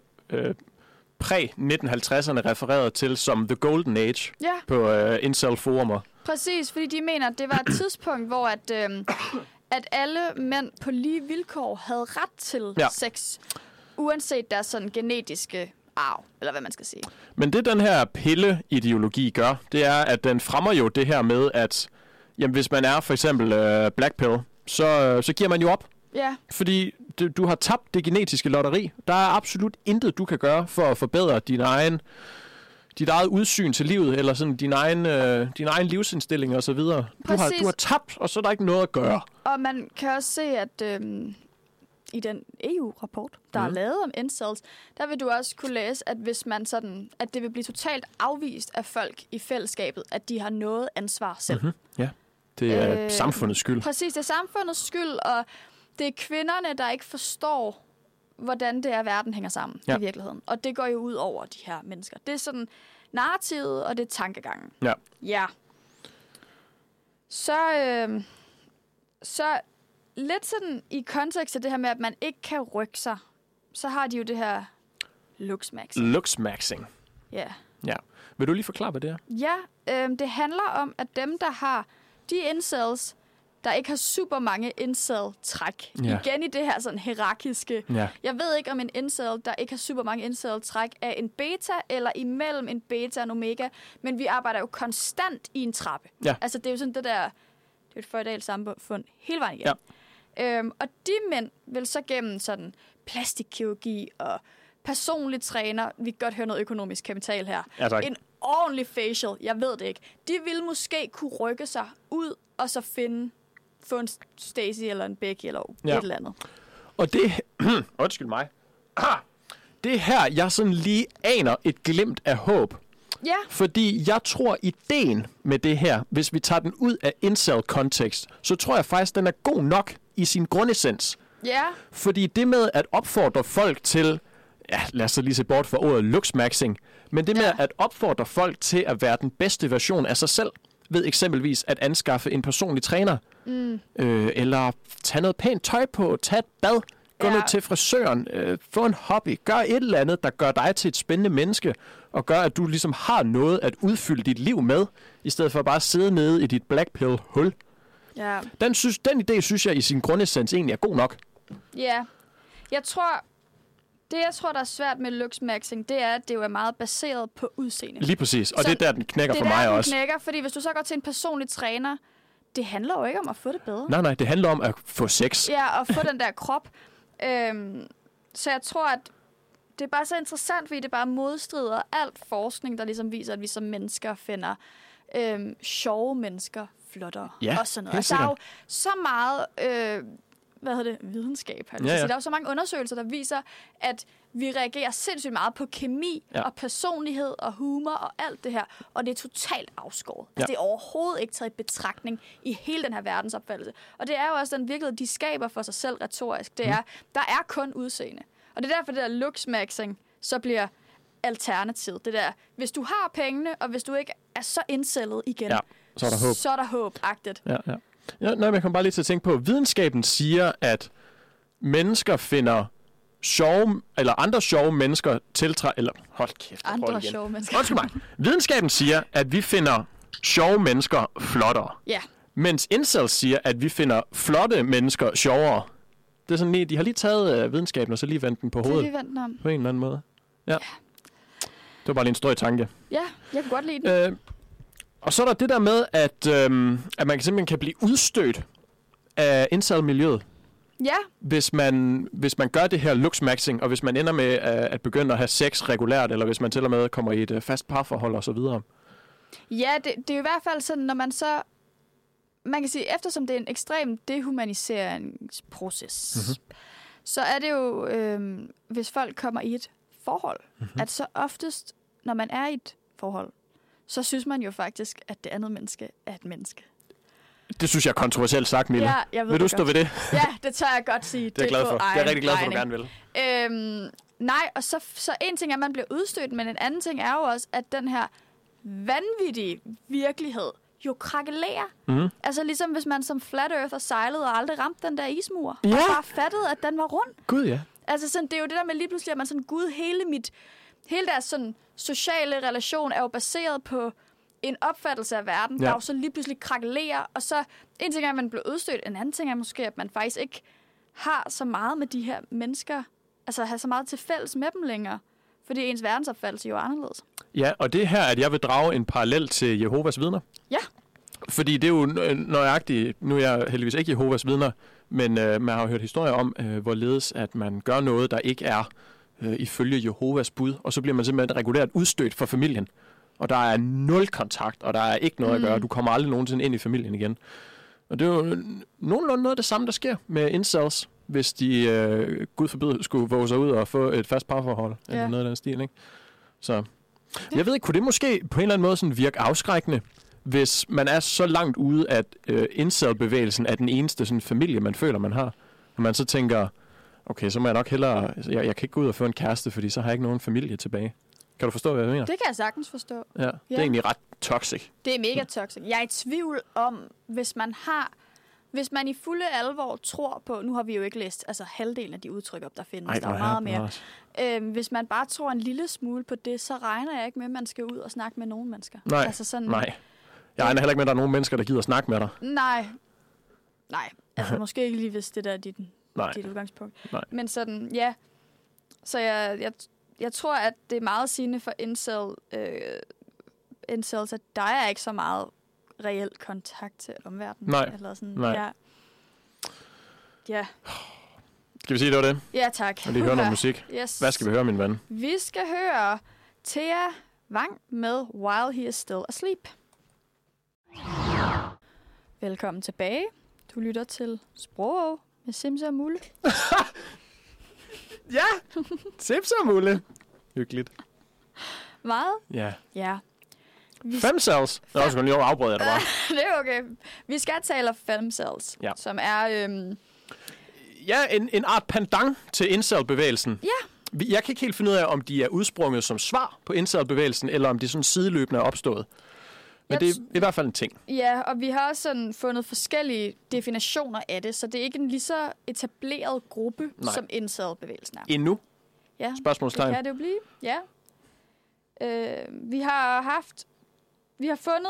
S1: præ-1950'erne refereret til som The Golden Age på incel-forumer.
S3: Præcis, fordi de mener, at det var et tidspunkt, hvor at alle mænd på lige vilkår havde ret til sex, uanset deres sådan genetiske arv, eller hvad man skal sige.
S1: Men det, den her pille-ideologi gør, det er, at den fremmer jo det her med, at jamen, hvis man er for eksempel black pill, så giver man jo op.
S3: Ja.
S1: Fordi du har tabt det genetiske lotteri. Der er absolut intet, du kan gøre for at forbedre dit eget udsyn til livet, eller sådan din egen livsindstilling og så videre. Du har tabt, og så er der ikke noget at gøre.
S3: Og man kan også se, at i den EU-rapport, der er lavet om incels, der vil du også kunne læse, at hvis man sådan, at det vil blive totalt afvist af folk i fællesskabet, at de har noget ansvar selv.
S1: Mm-hmm. Ja, det er samfundets skyld.
S3: Præcis, det er samfundets skyld, og det er kvinderne, der ikke forstår, hvordan det er, verden hænger sammen i virkeligheden. Og det går jo ud over de her mennesker. Det er sådan narrativet, og det er tankegangen.
S1: Ja.
S3: Ja. Så lidt sådan i kontekst af det her med, at man ikke kan rykke sig, så har de jo det her looksmaxing.
S1: Looksmaxing.
S3: Ja.
S1: Ja. Vil du lige forklare, hvad det er?
S3: Ja, det handler om, at dem, der har de incels, der ikke har super mange incel-træk.
S1: Ja.
S3: Igen i det her sådan hierarkiske.
S1: Ja.
S3: Jeg ved ikke, om en incel, der ikke har super mange incel-træk, er en beta eller imellem en beta og en omega, men vi arbejder jo konstant i en trappe.
S1: Ja.
S3: Altså, det er jo sådan det er et feudalt samfund hele vejen igennem. Ja. Og de mænd vil så gennem sådan plastikkirurgi og personlig træner, vi kan godt høre noget økonomisk kapital her, en ordentlig facial, jeg ved det ikke. De vil måske kunne rykke sig ud og så få en Stacy eller en Becky eller et eller andet. Og
S1: det... Undskyld mig. Det er her, jeg sådan lige aner et glimt af håb.
S3: Ja.
S1: Fordi jeg tror, ideen med det her, hvis vi tager den ud af incel-kontekst, så tror jeg faktisk, den er god nok i sin grundessens.
S3: Ja.
S1: Fordi det med at opfordre folk til... Ja, lad os så lige se bort fra ordet looksmaxing. Men det med at opfordre folk til at være den bedste version af sig selv, ved eksempelvis at anskaffe en personlig træner, eller tage noget pænt tøj på, tage et bad, gå ned til frisøren, få en hobby, gør et eller andet, der gør dig til et spændende menneske, og gør, at du ligesom har noget at udfylde dit liv med, i stedet for bare at sidde nede i dit black pill-hul.
S3: Ja.
S1: Den idé, synes jeg, i sin grundessens egentlig er god nok.
S3: Ja. Jeg tror, der er svært med looksmaxing, det er, at det jo er meget baseret på udseende.
S1: Lige præcis, og så det er der, den knækker for mig også.
S3: Det er der, den knækker, fordi hvis du så går til en personlig træner, det handler jo ikke om at få det bedre.
S1: Nej, det handler om at få sex.
S3: Ja, og få den der krop. Så jeg tror, at det er bare så interessant, fordi det bare modstrider alt forskning, der ligesom viser, at vi som mennesker finder sjove mennesker flottere.
S1: Ja,
S3: og sådan noget. Altså, der er jo så meget... videnskab. Der er jo så mange undersøgelser, der viser, at vi reagerer sindssygt meget på kemi og personlighed og humor og alt det her, og det er totalt afskåret. Altså, det er overhovedet ikke taget i betragtning i hele den her verdensopfattelse. Og det er jo også den virkelighed, de skaber for sig selv retorisk. Det er, der er kun udseende. Og det er derfor, det der looksmaxing så bliver alternativet. Det der, hvis du har pengene, og hvis du ikke er så indsællet igen,
S1: så er der håb.
S3: Så er der håb-agtigt.
S1: Ja, men jeg kommer bare lige til at tænke på, at videnskaben siger, at mennesker finder sjove, eller andre sjove mennesker eller hold kæft,
S3: andre sjove mennesker.
S1: Undskyld mig. Videnskaben siger, at vi finder sjove mennesker flottere.
S3: Ja.
S1: Mens incels siger, at vi finder flotte mennesker sjovere. Det er sådan lige, de har lige taget videnskaben, og så lige vendt den på hovedet. På en eller anden måde. Ja. Det var bare lige en støj tanke.
S3: Ja, jeg kunne godt lide den.
S1: Og så er der det der med, at man simpelthen kan blive udstødt af incel-miljøet.
S3: Ja,
S1: Hvis man gør det her looks-maxing, og hvis man ender med at begynde at have sex regulært, eller hvis man til og med kommer i et fast parforhold og så videre.
S3: ja det er jo i hvert fald sådan, når man så... Man kan sige, eftersom det er en ekstrem dehumaniseringsproces, så er det jo, hvis folk kommer i et forhold, at så oftest, når man er i et forhold, så synes man jo faktisk, at det andet menneske er et menneske.
S1: Det synes jeg er kontroversielt sagt, Mille.
S3: Ja, jeg ved
S1: vil du
S3: det
S1: stå
S3: godt.
S1: ved det?
S3: Ja, det tør jeg godt sige.
S1: Det er jeg glad for. Det er jeg rigtig glad for, at du gerne vil.
S3: Nej, og så en ting er, at man bliver udstødt, men en anden ting er jo også, at den her vanvittige virkelighed jo krakelerer. Altså ligesom hvis man som flat earther sejlede og aldrig ramte den der ismur, og bare fattede, at den var rund.
S1: Gud, ja.
S3: Altså sådan, det er jo det der med lige pludselig, at man sådan, gud, hele deres sådan sociale relation er jo baseret på en opfattelse af verden, der jo så lige pludselig krakelerer, og så en ting er, at man bliver udstødt, en anden ting er måske, at man faktisk ikke har så meget med de her mennesker, altså har så meget til fælles med dem længere, fordi ens verdensopfattelse jo er anderledes.
S1: Ja, og det er her, at jeg vil drage en parallel til Jehovas vidner.
S3: Ja.
S1: Fordi det er jo nøjagtigt, nu er jeg heldigvis ikke Jehovas vidner, men man har jo hørt historier om, hvorledes at man gør noget, der ikke er ifølge Jehovas bud, og så bliver man simpelthen regulært udstødt fra familien. Og der er 0 kontakt, og der er ikke noget at gøre. Du kommer aldrig nogensinde ind i familien igen. Og det er jo nogenlunde noget af det samme, der sker med incels, hvis de, Gud forbyde, skulle våge sig ud og få et fast parforhold, eller noget af den stil, ikke? Så jeg ved ikke, kunne det måske på en eller anden måde sådan virke afskrækkende, hvis man er så langt ude, at incel-bevægelsen er den eneste sådan, familie, man føler, man har. Og man så tænker, okay, så må jeg nok hellere... Jeg kan ikke gå ud og få en kæreste, fordi så har jeg ikke nogen familie tilbage. Kan du forstå, hvad jeg mener? Det
S3: kan jeg sagtens forstå.
S1: Ja, det er egentlig ret toxic.
S3: Det er mega toxic. Jeg er i tvivl om, hvis man i fulde alvor tror på... Nu har vi jo ikke læst halvdelen af de udtryk op, der findes. Der er meget mere. Hvis man bare tror en lille smule på det, så regner jeg ikke med, at man skal ud og snakke med nogle mennesker.
S1: Nej, nej. Jeg regner heller ikke med, at der er nogen mennesker, der gider snakke med dig.
S3: Nej. Måske ikke lige, hvis det der er dit udgangspunkt.
S1: Nej.
S3: Men sådan, ja. Så jeg tror, at det er meget sigende for incels, at der er ikke så meget reel kontakt til omverdenen.
S1: Nej.
S3: Eller sådan.
S1: Nej.
S3: Ja.
S1: Skal vi sige, det var det?
S3: Ja, tak.
S1: Og lige høre noget musik.
S3: Yes.
S1: Hvad skal vi høre, min ven?
S3: Vi skal høre Thea Wang med While He Is Still Asleep. Velkommen tilbage. Du lytter til Sprog med Simse og Mulle.
S1: Ja, Simse og Mulle. Hyggeligt.
S3: Meget?
S1: Ja.
S3: Ja.
S1: Femcells. Nå, jeg skulle lige afbryde jer, der var.
S3: Det er okay. Vi skal tale om femcells, som er...
S1: Ja, en art pendant til incel-bevægelsen.
S3: Ja.
S1: Jeg kan ikke helt finde ud af, om de er udsprunget som svar på incel-bevægelsen, eller om de sådan sideløbende er opstået. Men det er i hvert fald en ting.
S3: Ja, og vi har også sådan fundet forskellige definitioner af det, så det er ikke en lige så etableret gruppe, som incel-bevægelsen er.
S1: Endnu?
S3: Ja,
S1: spørgsmålstegn.
S3: Det kan det jo blive, ja. Vi har fundet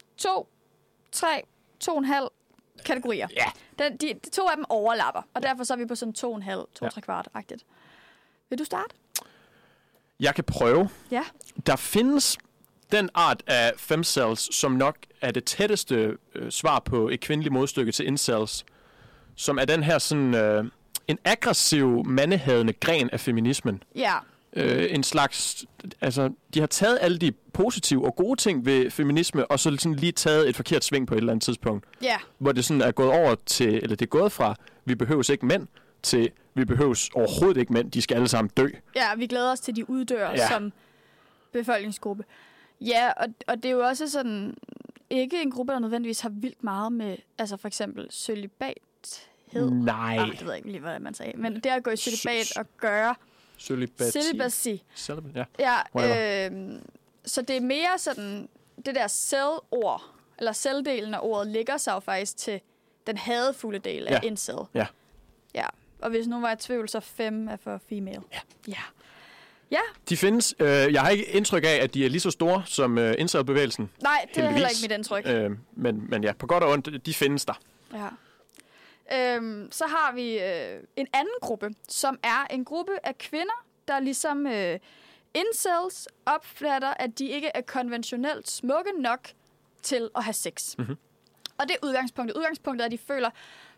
S3: 2,5 kategorier.
S1: Ja.
S3: De 2 af dem overlapper, og derfor så er vi på sådan 2,5-2,75 kvart-agtigt. Vil du starte?
S1: Jeg kan prøve.
S3: Ja.
S1: Der findes den art af femcells, som nok er det tætteste svar på et kvindeligt modstykke til incels, som er den her sådan en aggressiv, mandehadende gren af feminismen.
S3: Ja.
S1: En slags... Altså, de har taget alle de positive og gode ting ved feminisme, og så sådan lige taget et forkert sving på et eller andet tidspunkt.
S3: Ja.
S1: Hvor det sådan er gået over til... Eller det er gået fra, vi behøves ikke mænd, til vi behøves overhovedet ikke mænd. De skal alle sammen dø.
S3: Ja, vi glæder os til, de uddør som befolkningsgruppe. Ja, og det er jo også sådan... Ikke en gruppe, der nødvendigvis har vildt meget med... Altså for eksempel celibathed.
S1: Nej.
S3: Det ved jeg ikke lige, hvad man sagde. Men det at gå i celibat og gøre... Celibacy. Ja, så det er mere sådan, det der cell-ord, eller celldelen af ordet, ligger sig jo faktisk til den hadefulde del af incel.
S1: Ja.
S3: Ja, og hvis nogen var i tvivl, så 5 er for female. Ja.
S1: De findes. Jeg har ikke indtryk af, at de er lige så store som incel-bevægelsen.
S3: Nej, det er heller ikke mit indtryk.
S1: Men ja, på godt og ondt, de findes der.
S3: Ja. Så har vi en anden gruppe, som er en gruppe af kvinder, der ligesom incels opfatter, at de ikke er konventionelt smukke nok til at have sex.
S1: Mhm.
S3: Og det er udgangspunktet. Udgangspunktet er, at de føler,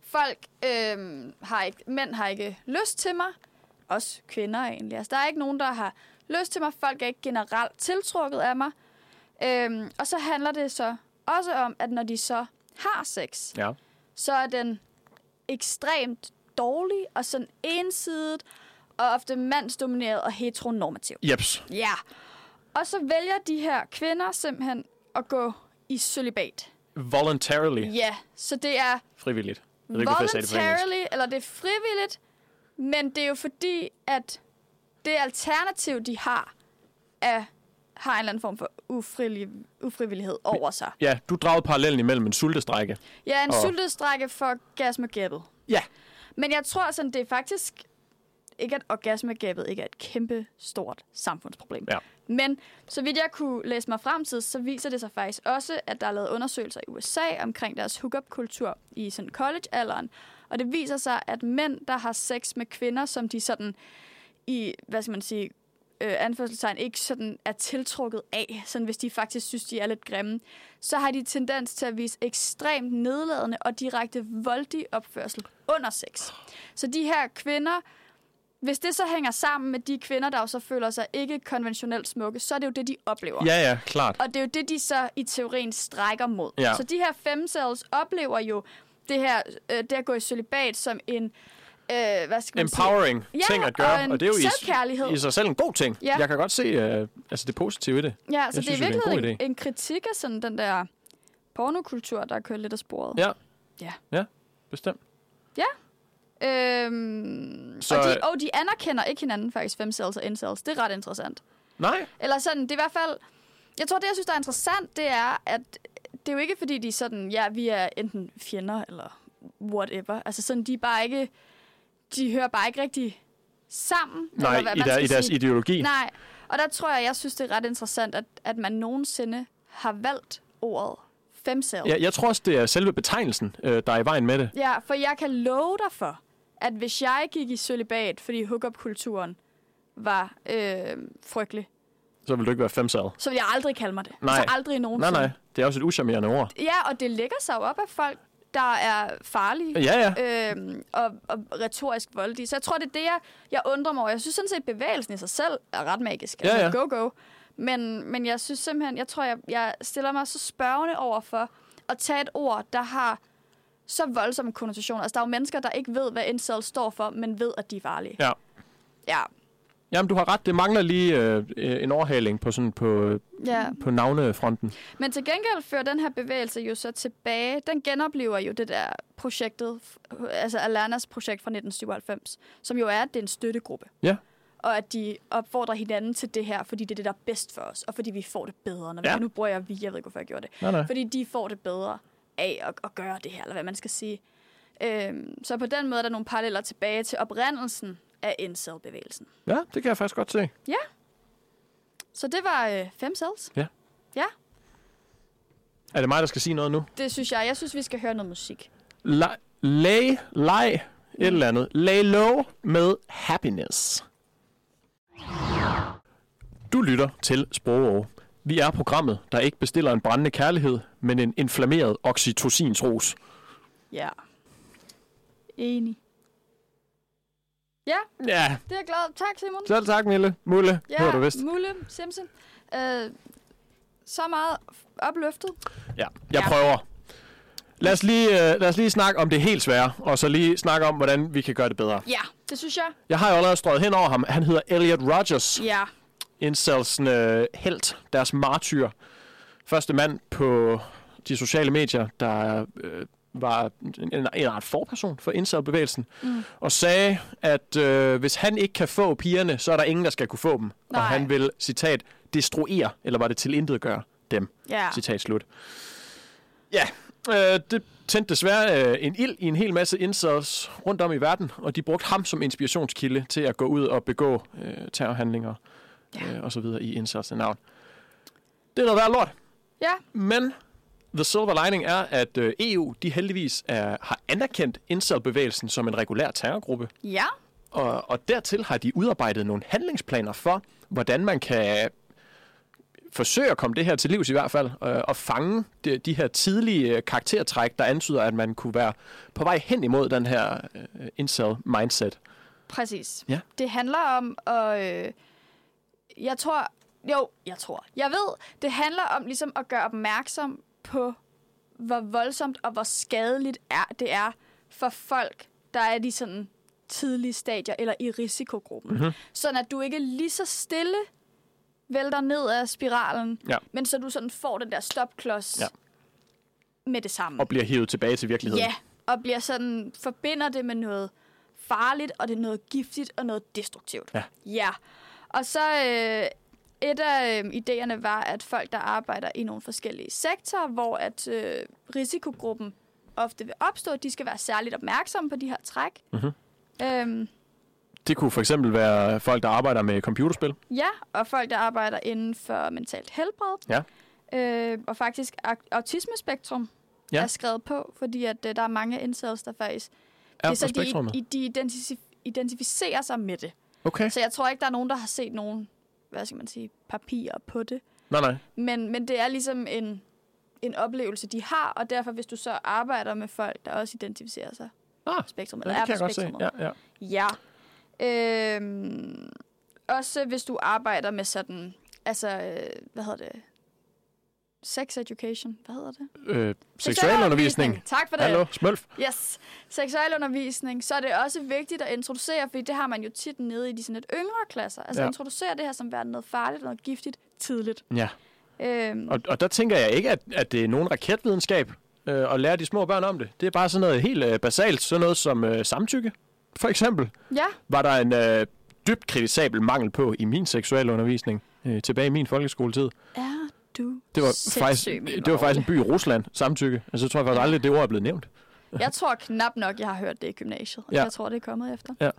S3: mænd har ikke lyst til mig. Også kvinder egentlig. Altså, der er ikke nogen, der har lyst til mig. Folk er ikke generelt tiltrukket af mig. Og så handler det så også om, at når de så har sex, så er den ekstremt dårlig og sådan ensidigt, og ofte mandsdomineret og heteronormativ.
S1: Jeps.
S3: Ja. Og så vælger de her kvinder simpelthen at gå i cølibat.
S1: Voluntarily.
S3: Ja, så det er
S1: Frivilligt. Jeg ved ikke, hvorfor jeg sagde det på engelsk.
S3: voluntarily, eller det er frivilligt, men det er jo fordi, at det alternativ, de har en eller anden form for ufrivillighed over sig.
S1: Ja, du dragede parallellen imellem en sultestrække.
S3: Ja, en sultestrække for orgasmegabet.
S1: Ja.
S3: Men jeg tror sådan, det er faktisk ikke, at orgasmegabet ikke er et kæmpe stort samfundsproblem.
S1: Ja.
S3: Men så vidt jeg kunne læse mig frem til, så viser det sig faktisk også, at der er lavet undersøgelser i USA omkring deres hookup-kultur i sådan college-alderen. Og det viser sig, at mænd, der har sex med kvinder, som de sådan i, hvad skal man sige, anførselstegn ikke sådan er tiltrukket af, sådan hvis de faktisk synes, de er lidt grimme, så har de tendens til at vise ekstremt nedladende og direkte voldig opførsel under sex. Så de her kvinder, hvis det så hænger sammen med de kvinder, der jo så føler sig ikke konventionelt smukke, så er det jo det, de oplever.
S1: Ja, klart.
S3: Og det er jo det, de så i teorien strækker mod.
S1: Ja.
S3: Så de her femcells oplever jo det her, det at gå i cølibat som en hvad skal man
S1: empowering
S3: sige?
S1: ting at gøre, og det er jo
S3: selvkærlighed.
S1: i sig selv en god ting.
S3: Ja.
S1: Jeg kan godt se det positive i det.
S3: Ja, så
S1: jeg
S3: det
S1: synes,
S3: er
S1: det er en god
S3: virkelig
S1: idé.
S3: en kritik af sådan den der pornokultur, der er kørt lidt af sporet.
S1: Ja, bestemt.
S3: Så og de anerkender ikke hinanden faktisk, femcells og incels. Det er ret interessant.
S1: Nej.
S3: Eller sådan, det er i hvert fald... Jeg tror, det jeg synes, der er interessant, det er, at det er jo ikke fordi, de sådan, ja, vi er enten fjender eller whatever. Altså sådan, de hører bare ikke rigtig sammen.
S1: Nej,
S3: eller hvad
S1: i deres ideologi.
S3: Nej, og der tror jeg synes, det er ret interessant, at man nogensinde har valgt ordet femcell.
S1: Ja, jeg tror også, det er selve betegnelsen, der er i vejen med det.
S3: Ja, for jeg kan love dig for, at hvis jeg gik i cølibat, fordi hookup-kulturen var frygtelig,
S1: Så vil du ikke være femcell.
S3: så vil jeg aldrig kalde mig det.
S1: Nej.
S3: Altså aldrig nogensinde.
S1: Nej. Det er også et uschammerende ord.
S3: Ja, og det lægger sig jo op af folk, der er farlige
S1: Ja.
S3: og retorisk voldelige. Så jeg tror, det er det, jeg undrer mig over. Jeg synes sådan set, bevægelsen i sig selv er ret magisk.
S1: Ja.
S3: Altså, go. Men jeg synes simpelthen, jeg stiller mig så spørgende over for at tage et ord, der har så voldsomme konnotationer. Altså, der er jo mennesker, der ikke ved, hvad incel står for, men ved, at de er farlige.
S1: Ja.
S3: Ja.
S1: Jamen, du har ret. Det mangler lige en overhaling på navnefronten.
S3: Men til gengæld fører den her bevægelse jo så tilbage. Den genoplever jo det der projektet, altså Alanas projekt fra 1997, som jo er, at det er en støttegruppe.
S1: Ja.
S3: Og at de opfordrer hinanden til det her, fordi det er det, der er bedst for os, og fordi vi får det bedre. Når nu bruger jeg jeg ved ikke, hvorfor jeg gjorde det.
S1: Nej.
S3: Fordi de får det bedre af at gøre det her, eller hvad man skal sige. Så på den måde er der nogle paralleller tilbage til oprindelsen af incel-bevægelsen.
S1: Ja, det kan jeg faktisk godt se.
S3: Ja. Så det var femcells.
S1: Ja.
S3: Ja,
S1: Er det mig, der skal sige noget nu?
S3: det synes jeg. Jeg synes, vi skal høre noget musik.
S1: Lay et eller andet. Lay low med Happiness. Du lytter til Sprogov. Vi er programmet, der ikke bestiller en brændende kærlighed, men en inflammeret oxytocinsros.
S3: Ja. Enig. Ja,
S1: Ja,
S3: det er jeg glad. Tak, Simon.
S1: selv tak, Mulle.
S3: Ja,
S1: Hedder du vist.
S3: Mulle, Simsen. Så meget opløftet.
S1: Ja, jeg prøver. Lad os lige snakke om det helt svære, og så lige snakke om, hvordan vi kan gøre det bedre.
S3: Ja, det synes jeg.
S1: Jeg har jo allerede strøget hen over ham. Han hedder Elliot Rodgers.
S3: Ja.
S1: Incels helt, deres martyr. Første mand på de sociale medier, der var en ret forperson for incel-bevægelsen, og sagde, at hvis han ikke kan få pigerne, så er der ingen, der skal kunne få dem.
S3: Nej.
S1: Og han vil, citat, destruere, eller var det tilintetgøre dem,
S3: Ja.
S1: citat slut. Ja, det tændte desværre en ild i en hel masse incels rundt om i verden, og de brugte ham som inspirationskilde til at gå ud og begå terrorhandlinger og så videre i incels navn. Det er noget værd lort.
S3: Ja.
S1: Men the silver lining er, at EU de heldigvis har anerkendt incel-bevægelsen som en regulær terrorgruppe.
S3: Ja.
S1: Og dertil har de udarbejdet nogle handlingsplaner for, hvordan man kan forsøge at komme det her til livs i hvert fald, og fange de her tidlige karaktertræk, der antyder, at man kunne være på vej hen imod den her incel-mindset.
S3: Præcis.
S1: Ja.
S3: Det handler om at... Jeg ved, det handler om ligesom at gøre opmærksom på, hvor voldsomt og hvor skadeligt det er for folk, der er de sådan tidlige stadier eller i risikogruppen. Mm-hmm. Sådan at du ikke lige så stille vælter ned af spiralen, men så du sådan får den der stopklods med det samme.
S1: Og bliver hivet tilbage til virkeligheden.
S3: Ja, og bliver sådan, forbinder det med noget farligt, og det er noget giftigt og noget destruktivt. Ja. Og så et af idéerne var, at folk, der arbejder i nogle forskellige sektorer, hvor at risikogruppen ofte vil opstå, de skal være særligt opmærksomme på de her træk. Mm-hmm.
S1: Det kunne for eksempel være folk, der arbejder med computerspil.
S3: Ja, og folk, der arbejder inden for mentalt helbred. Ja. Og faktisk autismespektrum er skrevet på, fordi at der er mange incels, der faktisk...
S1: Er det så
S3: de identificerer sig med det.
S1: Okay.
S3: Så jeg tror ikke, der er nogen, der har set nogen, hvad skal man sige, papirer på det.
S1: Nej.
S3: Men det er ligesom en oplevelse, de har, og derfor, hvis du så arbejder med folk, der også identificerer sig spektrum, eller
S1: det kan
S3: er på
S1: jeg
S3: spektrum.
S1: godt se. Ja.
S3: Også hvis du arbejder med sådan, altså, hvad hedder det? Sex education, hvad hedder det?
S1: Seksualundervisning.
S3: Tak for det.
S1: Hallo, smølf.
S3: Yes. Seksualundervisning, så er det også vigtigt at introducere, fordi det har man jo tit nede i de sådan lidt yngre klasser. Altså introducere det her som værende noget farligt, noget giftigt, tidligt.
S1: Ja. Og der tænker jeg ikke, at det er nogen raketvidenskab at lære de små børn om det. Det er bare sådan noget helt basalt, sådan noget som samtykke, for eksempel.
S3: Ja.
S1: Var der en dybt kritisabel mangel på i min seksualundervisning tilbage i min folkeskoletid. Det var faktisk en by i Rusland, samtykke. Altså, jeg tror faktisk aldrig, det ord er blevet nævnt.
S3: Jeg tror knap nok, jeg har hørt det i gymnasiet. Jeg tror, det er kommet efter.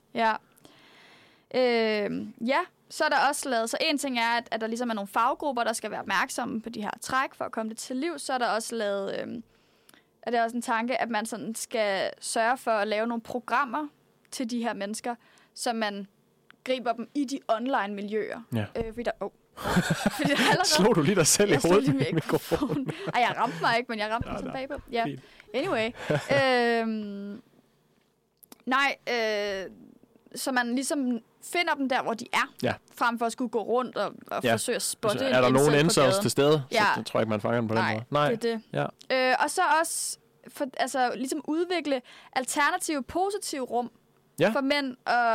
S3: Ja, så er der også lavet... Så en ting er, at der ligesom er nogle faggrupper, der skal være opmærksomme på de her træk, for at komme det til liv. Så er der også lavet... er det også en tanke, at man sådan skal sørge for at lave nogle programmer til de her mennesker, så man griber dem i de online-miljøer.
S1: Ja.
S3: Fordi der...
S1: Slog du lige dig selv i hovedet med
S3: mikrofonen? Ej, jeg ramte mig ikke, men jeg ramte mig sådan bagpå. Ja. Anyway. Så man ligesom finder dem der, hvor de er, frem for at skulle gå rundt og forsøge at spotte
S1: en er der nogen incels til stede, så tror jeg ikke, man fanger dem på den måde.
S3: Nej, det er det. Ja. Og så også ligesom udvikle alternative, positive rum for mænd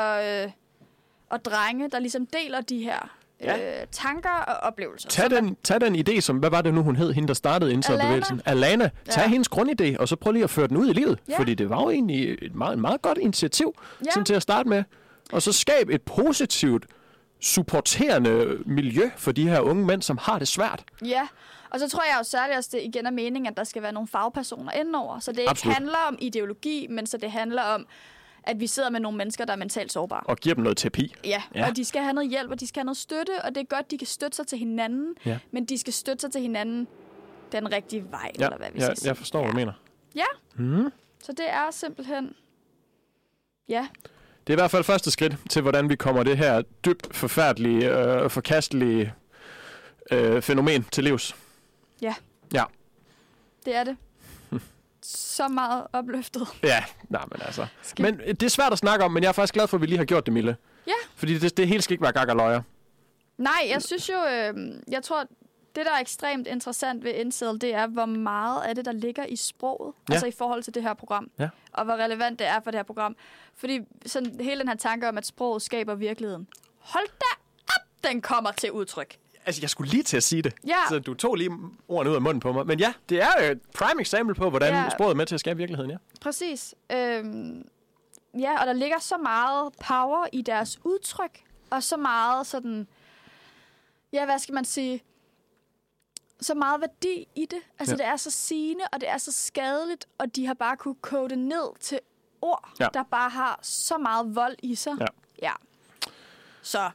S3: og drenge, der ligesom deler de her tanker og oplevelser.
S1: Tag den idé, som, hvad var det nu, hun hed, hende der startede incel-bevægelsen? Alana. Tag hendes grundidé, og så prøv lige at føre den ud i livet. Ja. Fordi det var jo egentlig et meget godt initiativ sådan til at starte med. Og så skab et positivt, supporterende miljø for de her unge mænd, som har det svært. Ja,
S3: og så tror jeg jo særligt også, det igen er meningen, at der skal være nogle fagpersoner indenover. Så det ikke handler om ideologi, men så det handler om, at vi sidder med nogle mennesker, der er mentalt sårbare.
S1: Og giver dem noget terapi.
S3: Ja, og de skal have noget hjælp, og de skal have noget støtte, og det er godt, de kan støtte sig til hinanden, men de skal støtte sig til hinanden den rigtige vej, eller hvad vi skal sige.
S1: Jeg forstår, hvad du mener.
S3: Ja, så det er simpelthen... Ja.
S1: Det er i hvert fald første skridt til, hvordan vi kommer det her dybt forfærdelige og forkastelige fænomen til livs.
S3: Ja. Det er det. Så meget opløftet.
S1: Ja, men altså. Men det er svært at snakke om, men jeg er faktisk glad for, at vi lige har gjort det, Mille.
S3: Ja.
S1: Fordi det hele skal ikke være gak og løjer.
S3: Nej, jeg synes jo, jeg tror, det der er ekstremt interessant ved incel, det er, hvor meget af det, der ligger i sproget. Altså i forhold til det her program. Ja. Og hvor relevant det er for det her program. Fordi sådan hele den her tanke om, at sproget skaber virkeligheden. Hold da op, den kommer til udtryk.
S1: Altså, jeg skulle lige til at sige det. Ja. Så du tog lige ordene ud af munden på mig. Men ja, det er et prime eksempel på, hvordan sproget er med til at skabe virkeligheden, ja.
S3: Præcis. Og der ligger så meget power i deres udtryk. Og så meget sådan... Ja, hvad skal man sige? Så meget værdi i det. Altså, det er så sigende, og det er så skadeligt. Og de har bare kunne kode det ned til ord, der bare har så meget vold i sig. Ja. Så...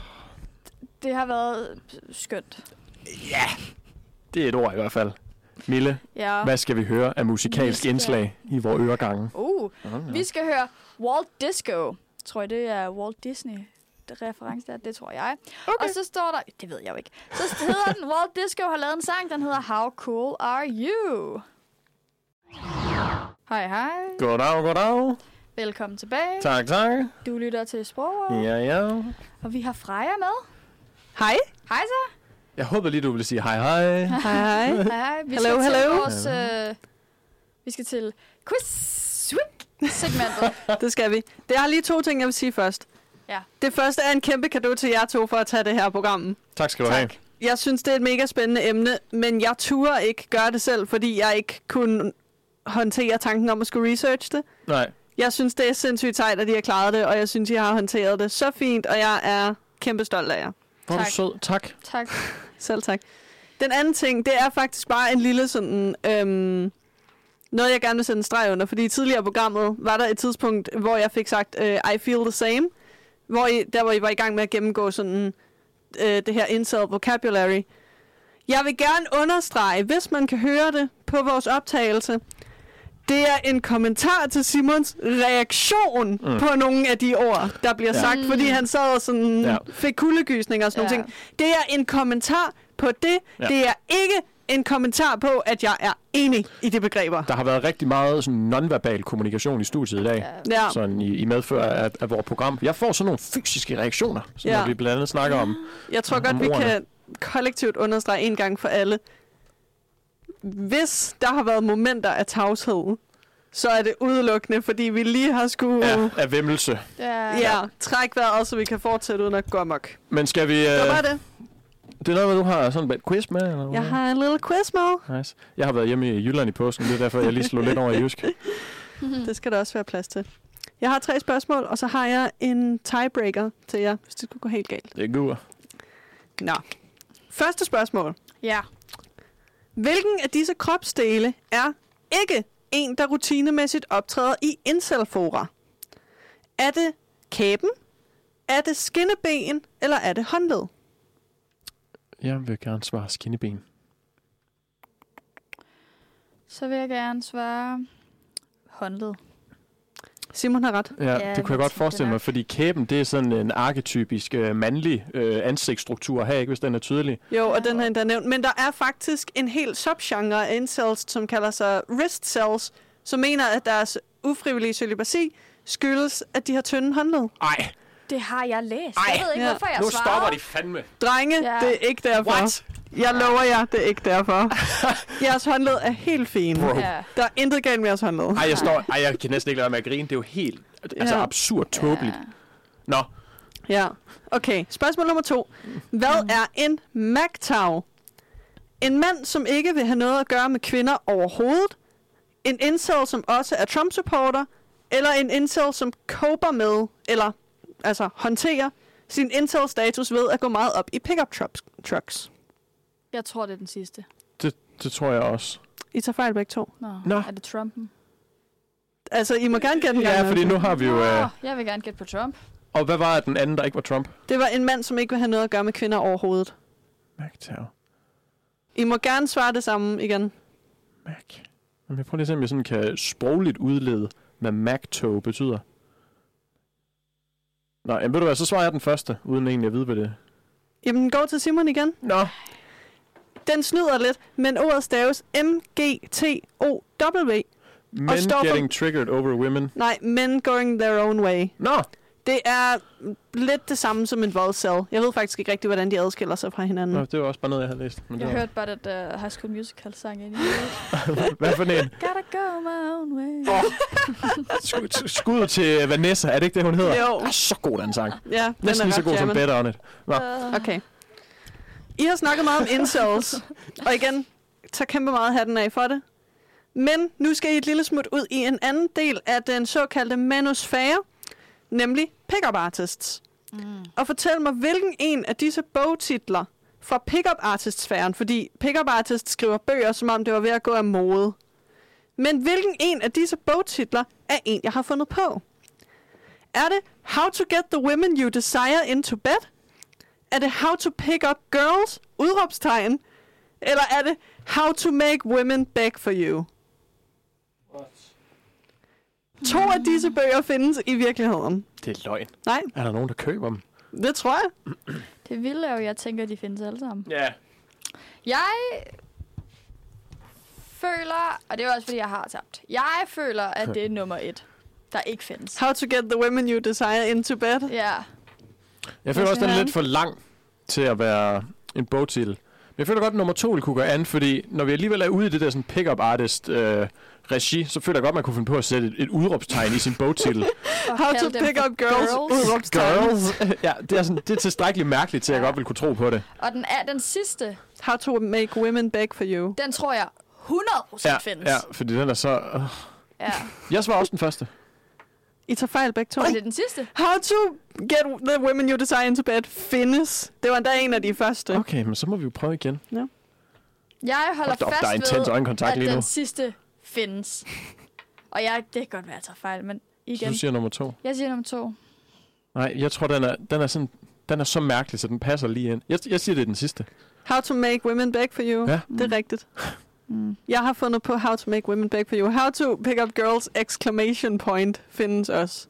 S3: Det har været skønt.
S1: Ja, det er et ord i hvert fald. Mille, hvad skal vi høre af musikalsk indslag i vores øregange?
S3: Vi skal høre Walt Disco. Tror jeg, det er Walt Disney, reference der, det tror jeg. Okay. Og så står der, det ved jeg jo ikke, så hedder den, Walt Disco har lavet en sang, den hedder How Cool Are You? Hej.
S1: Goddag.
S3: Velkommen tilbage.
S1: Tak.
S3: Du lytter til Sprogrådet.
S1: Ja.
S3: Og vi har Freja med.
S5: Hej.
S3: Hej så.
S1: Jeg håber lige, du ville sige hej.
S5: Hej.
S3: Hej. Vi
S5: Hello,
S3: skal
S5: hello.
S3: til vores... vi skal til quiz-segmentet.
S5: Det skal vi. Der er lige 2 ting, jeg vil sige først.
S3: Ja.
S5: Det første er en kæmpe cadeau til jer 2 for at tage det her program.
S1: Tak skal du have.
S5: Jeg synes, det er et mega spændende emne, men jeg turde ikke gøre det selv, fordi jeg ikke kunne håndtere tanken om at skulle research det.
S1: Nej.
S5: Jeg synes, det er sindssygt sejt, at de har klaret det, og jeg synes, I har håndteret det så fint, og jeg er kæmpe stolt af jer.
S1: Hvor er du sød. Tak.
S5: Selv tak. Den anden ting, det er faktisk bare en lille sådan... noget, jeg gerne vil sætte en streg under, fordi tidligere i programmet var der et tidspunkt, hvor jeg fik sagt, I feel the same, hvor I var i gang med at gennemgå sådan det her incel vocabulary. Jeg vil gerne understrege, hvis man kan høre det på vores optagelse, det er en kommentar til Simons reaktion på nogle af de ord, der bliver sagt, fordi han sad og sådan fik kuldegysninger og sådan nogle ting. Det er en kommentar på det. Ja. Det er ikke en kommentar på, at jeg er enig i de begreber.
S1: Der har været rigtig meget sådan nonverbal kommunikation i studiet i dag, sådan i medfør af vores program. Jeg får sådan nogle fysiske reaktioner, når vi blandt andet snakker om.
S5: Jeg tror godt, vi kan kollektivt understrege en gang for alle. Hvis der har været momenter af tavshed, så er det udelukkende, fordi vi lige har skulle...
S1: Ja, af væmmelse.
S5: Træk vejret, så vi kan fortsætte uden at gå amok.
S1: Men skal vi...
S5: Hvad var det?
S1: Det er noget, du har sådan et quiz med? Eller
S5: jeg har en lille quiz med.
S1: Nice. Jeg har været hjemme i Jylland i påsken, det er derfor, jeg lige slog lidt over i jysk.
S5: Det skal der også være plads til. Jeg har 3 spørgsmål, og så har jeg en tiebreaker til jer, hvis det skulle gå helt galt.
S1: Det er godt.
S5: Nå. Første spørgsmål.
S3: Ja.
S5: Hvilken af disse kropsdele er ikke en, der rutinemæssigt optræder i incel-fora? Er det kæben? Er det skinneben? Eller er det håndled?
S1: Jeg vil gerne svare skinneben.
S3: Så vil jeg gerne svare håndled.
S5: Simon har ret.
S1: Ja, det kunne jeg godt forestille mig, fordi kæben, det er sådan en arketypisk mandlig ansigtsstruktur her, ikke, hvis den er tydelig.
S5: Jo, og den har endda nævnt. Men der er faktisk en hel subgenre af incels, som kalder sig wrist cells, som mener, at deres ufrivillige cølibasi skyldes, at de har tynde håndled.
S1: Ej.
S3: Det har jeg læst. Jeg ved ikke, hvorfor jeg
S1: svarede. Nu stopper de fandme.
S5: Drenge, det er ikke derfor.
S1: What?
S5: Jeg lover jer, det er ikke derfor. Jeres håndled er helt fint. Der er intet galt med jeres håndled.
S1: Jeg kan næsten ikke lade være med at grine. Det er jo helt absurd tåbeligt. Nå.
S5: Ja, okay. Spørgsmål nummer 2. Hvad er en MGTOW? En mand, som ikke vil have noget at gøre med kvinder overhovedet? En incel, som også er Trump-supporter? Eller en incel, som coper med, eller håndterer sin incel-status ved at gå meget op i pickup trucks?
S3: Jeg tror, det er den sidste.
S1: Det tror jeg også.
S5: I tager fejl begge 2.
S3: Nå. Er det Trumpen?
S5: Altså, I må gerne gætte den gang.
S1: Ja, fordi nu har vi jo...
S3: Jeg vil gerne gætte på Trump.
S1: Og hvad var den anden, der ikke var Trump?
S5: Det var en mand, som ikke vil have noget at gøre med kvinder overhovedet.
S1: MGTOW.
S5: I må gerne svare det samme igen.
S1: Men jeg prøver lige at se, om jeg sådan kan sprogligt udlede, hvad MGTOW betyder. Nå, ved du hvad, så svarer jeg den første, uden egentlig at vide, hvad det.
S5: Jamen, går til Simon igen.
S1: Nå.
S5: Den snyder lidt, men ordet staves M-G-T-O-W.
S1: Men getting triggered over women.
S5: Nej, men going their own way.
S1: Nå.
S5: Det er lidt det samme som en voldcell. Jeg ved faktisk ikke rigtig, hvordan de adskiller sig fra hinanden.
S1: Nå, det var også bare noget, jeg havde læst.
S3: Men jeg hørte bare, at High School Musical sang ind i
S1: Hvad for en?
S3: Gotta go my own way.
S1: Skud til Vanessa, er det ikke det, hun hedder?
S5: Jo.
S1: Så god den sang.
S5: Ja,
S1: næsten lige så god som Better On It.
S5: Okay. I har snakket meget om incels. Og igen, tager kæmpe meget hatten af for det. Men nu skal I et lille smut ud i en anden del af den såkaldte manusfære, nemlig pickup artists. Og fortæl mig, hvilken en af disse bogtitler fra pickup artist-sfæren, fordi pickup artist skriver bøger, som om det var ved at gå af mode. Men hvilken en af disse bogtitler er en, jeg har fundet på? Er det How to get the women you desire into bed? Er det How to pick up girls? Udråbstegn. Eller er det How to make women beg for you? What? 2 af disse bøger findes i virkeligheden.
S1: Det er løgn.
S5: Nej.
S1: Er der nogen, der køber dem?
S5: Det tror jeg.
S3: Det vilde er jo, jeg tænker, de findes alle sammen.
S1: Ja.
S3: Jeg føler, og det er også, fordi jeg har tabt. Jeg føler, at det er nummer 1, der ikke findes.
S5: How to get the women you desire into bed.
S3: Ja.
S1: Jeg føler også, den er lidt for lang til at være en bogtitel. Men jeg føler godt, at nummer 2 kunne gå an, fordi når vi alligevel er ude i det der sådan pick-up artist regi, så føler jeg godt, at man kunne finde på at sætte et udråbstegn i sin bogtitel.
S5: How to pick up girls.
S1: Girls. Ja, det er tilstrækkeligt mærkeligt til, at jeg godt vil kunne tro på det.
S3: Og den sidste,
S5: How to make women beg for you.
S3: den tror jeg 100% findes.
S1: Ja, fordi den er så...
S3: Ja.
S1: Jeg svarer også den første.
S5: I tager fejl begge to.
S3: Og det er den sidste.
S5: How to get the women you desire into bed findes. Det var endda en af de første.
S1: Okay, men så må vi jo prøve igen.
S5: Ja.
S3: Jeg holder
S1: Der er intens
S3: fast ved,
S1: øjenkontakt
S3: at
S1: lige nu.
S3: den sidste findes. Og det kan godt være, at jeg tager fejl, men
S1: Så
S3: igen.
S1: du siger nummer 2.
S3: Jeg siger nummer 2.
S1: Nej, jeg tror, den er så mærkelig, så den passer lige ind. Jeg siger, det er den sidste.
S5: How to make women beg for you.
S1: Ja.
S5: Det er rigtigt. Jeg har fundet på How to make women beg for you. How to pick up girls exclamation point findes også.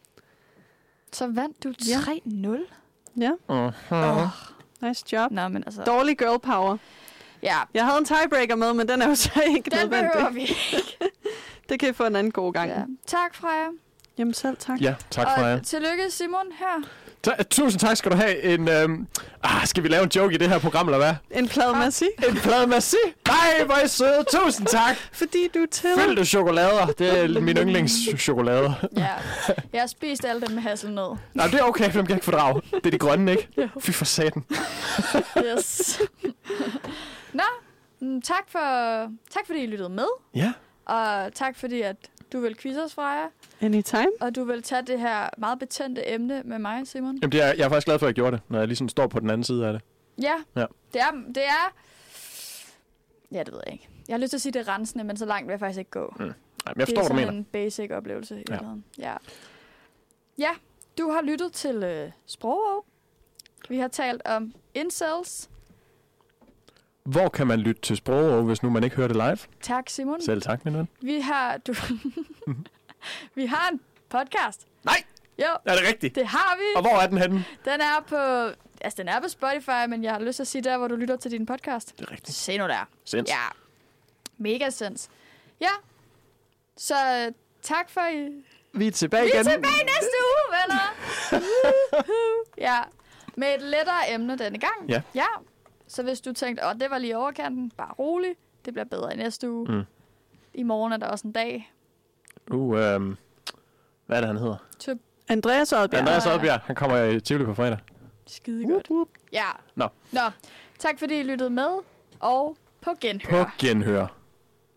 S3: Så vandt du 3-0.
S5: Ja.
S1: Uh-huh.
S5: Nice job.
S3: Nå, men altså...
S5: Dårlig girl power.
S3: Ja,
S5: Jeg havde en tiebreaker med, men den er jo så ikke
S3: den
S5: nødvendig.
S3: behøver vi ikke.
S5: Det kan I få en anden god gang.
S3: Ja. Tak, Freja.
S5: Jamen selv tak.
S1: Ja, tak for jer.
S3: Og tillykke, Simon, her.
S1: Tusind tak skal du have. Skal vi lave en joke i det her program, eller hvad?
S5: En plade massi.
S1: En plade massi. Nej, hvor er I søde. Tusind tak.
S5: Fordi du er til.
S1: Fyldte chokolader. Det er min yndlingschokolade.
S3: Ja, jeg har spist alle dem med hasselnød.
S1: Nej, det er okay, for dem kan jeg ikke fordrage. Det er de grønne, ikke? Fy for satan.
S3: Yes. Nå, tak fordi I lyttede med.
S1: Ja.
S3: Og tak fordi, at du vil quizze os, Freja.
S5: Anytime.
S3: Og du vil tage det her meget betændte emne med mig, Simon.
S1: Jamen, jeg er faktisk glad for, at jeg gjorde det, når jeg ligesom står på den anden side af det.
S3: Ja,
S1: Ja.
S3: det er... Ja, det ved jeg ikke. Jeg har lyst til at sige, det er rensende, men så langt vil jeg faktisk ikke gå.
S1: Nej, men jeg
S3: Det
S1: forstår,
S3: er
S1: hvad du
S3: sådan
S1: mener.
S3: en basic oplevelse. I virkeligheden. Ja, du har lyttet til Sprogov. Vi har talt om incels.
S1: Hvor kan man lytte til Sprogov, hvis nu man ikke hører det live?
S3: Tak, Simon.
S1: Selv tak, min ven.
S3: Vi har en podcast.
S1: Nej!
S3: Jo,
S1: Er det rigtigt?
S3: det har vi.
S1: Og hvor er den henne?
S3: Den er på Spotify, men jeg har lyst til at sige der, hvor du lytter til din podcast.
S1: Det er rigtigt.
S3: Se nu der.
S1: Sens.
S3: Ja. Mega sens. Ja. Så tak for I.
S1: Vi er tilbage
S3: Vi
S1: igen.
S3: er tilbage næste uge, venner. Ja. Med et lettere emne denne gang.
S1: Ja.
S3: Ja. Så hvis du tænkte, det var lige overkanten, bare rolig. Det bliver bedre i næste uge.
S1: Mm.
S3: I morgen er der også en dag.
S1: Hvad er det, han hedder?
S5: Andreas Oddbjerg.
S1: Andreas Oddbjerg. Han kommer i Tivoli på fredag.
S3: Skide godt. Ja.
S1: Nå.
S3: Tak fordi I lyttede med. Og på genhør.
S1: På genhør.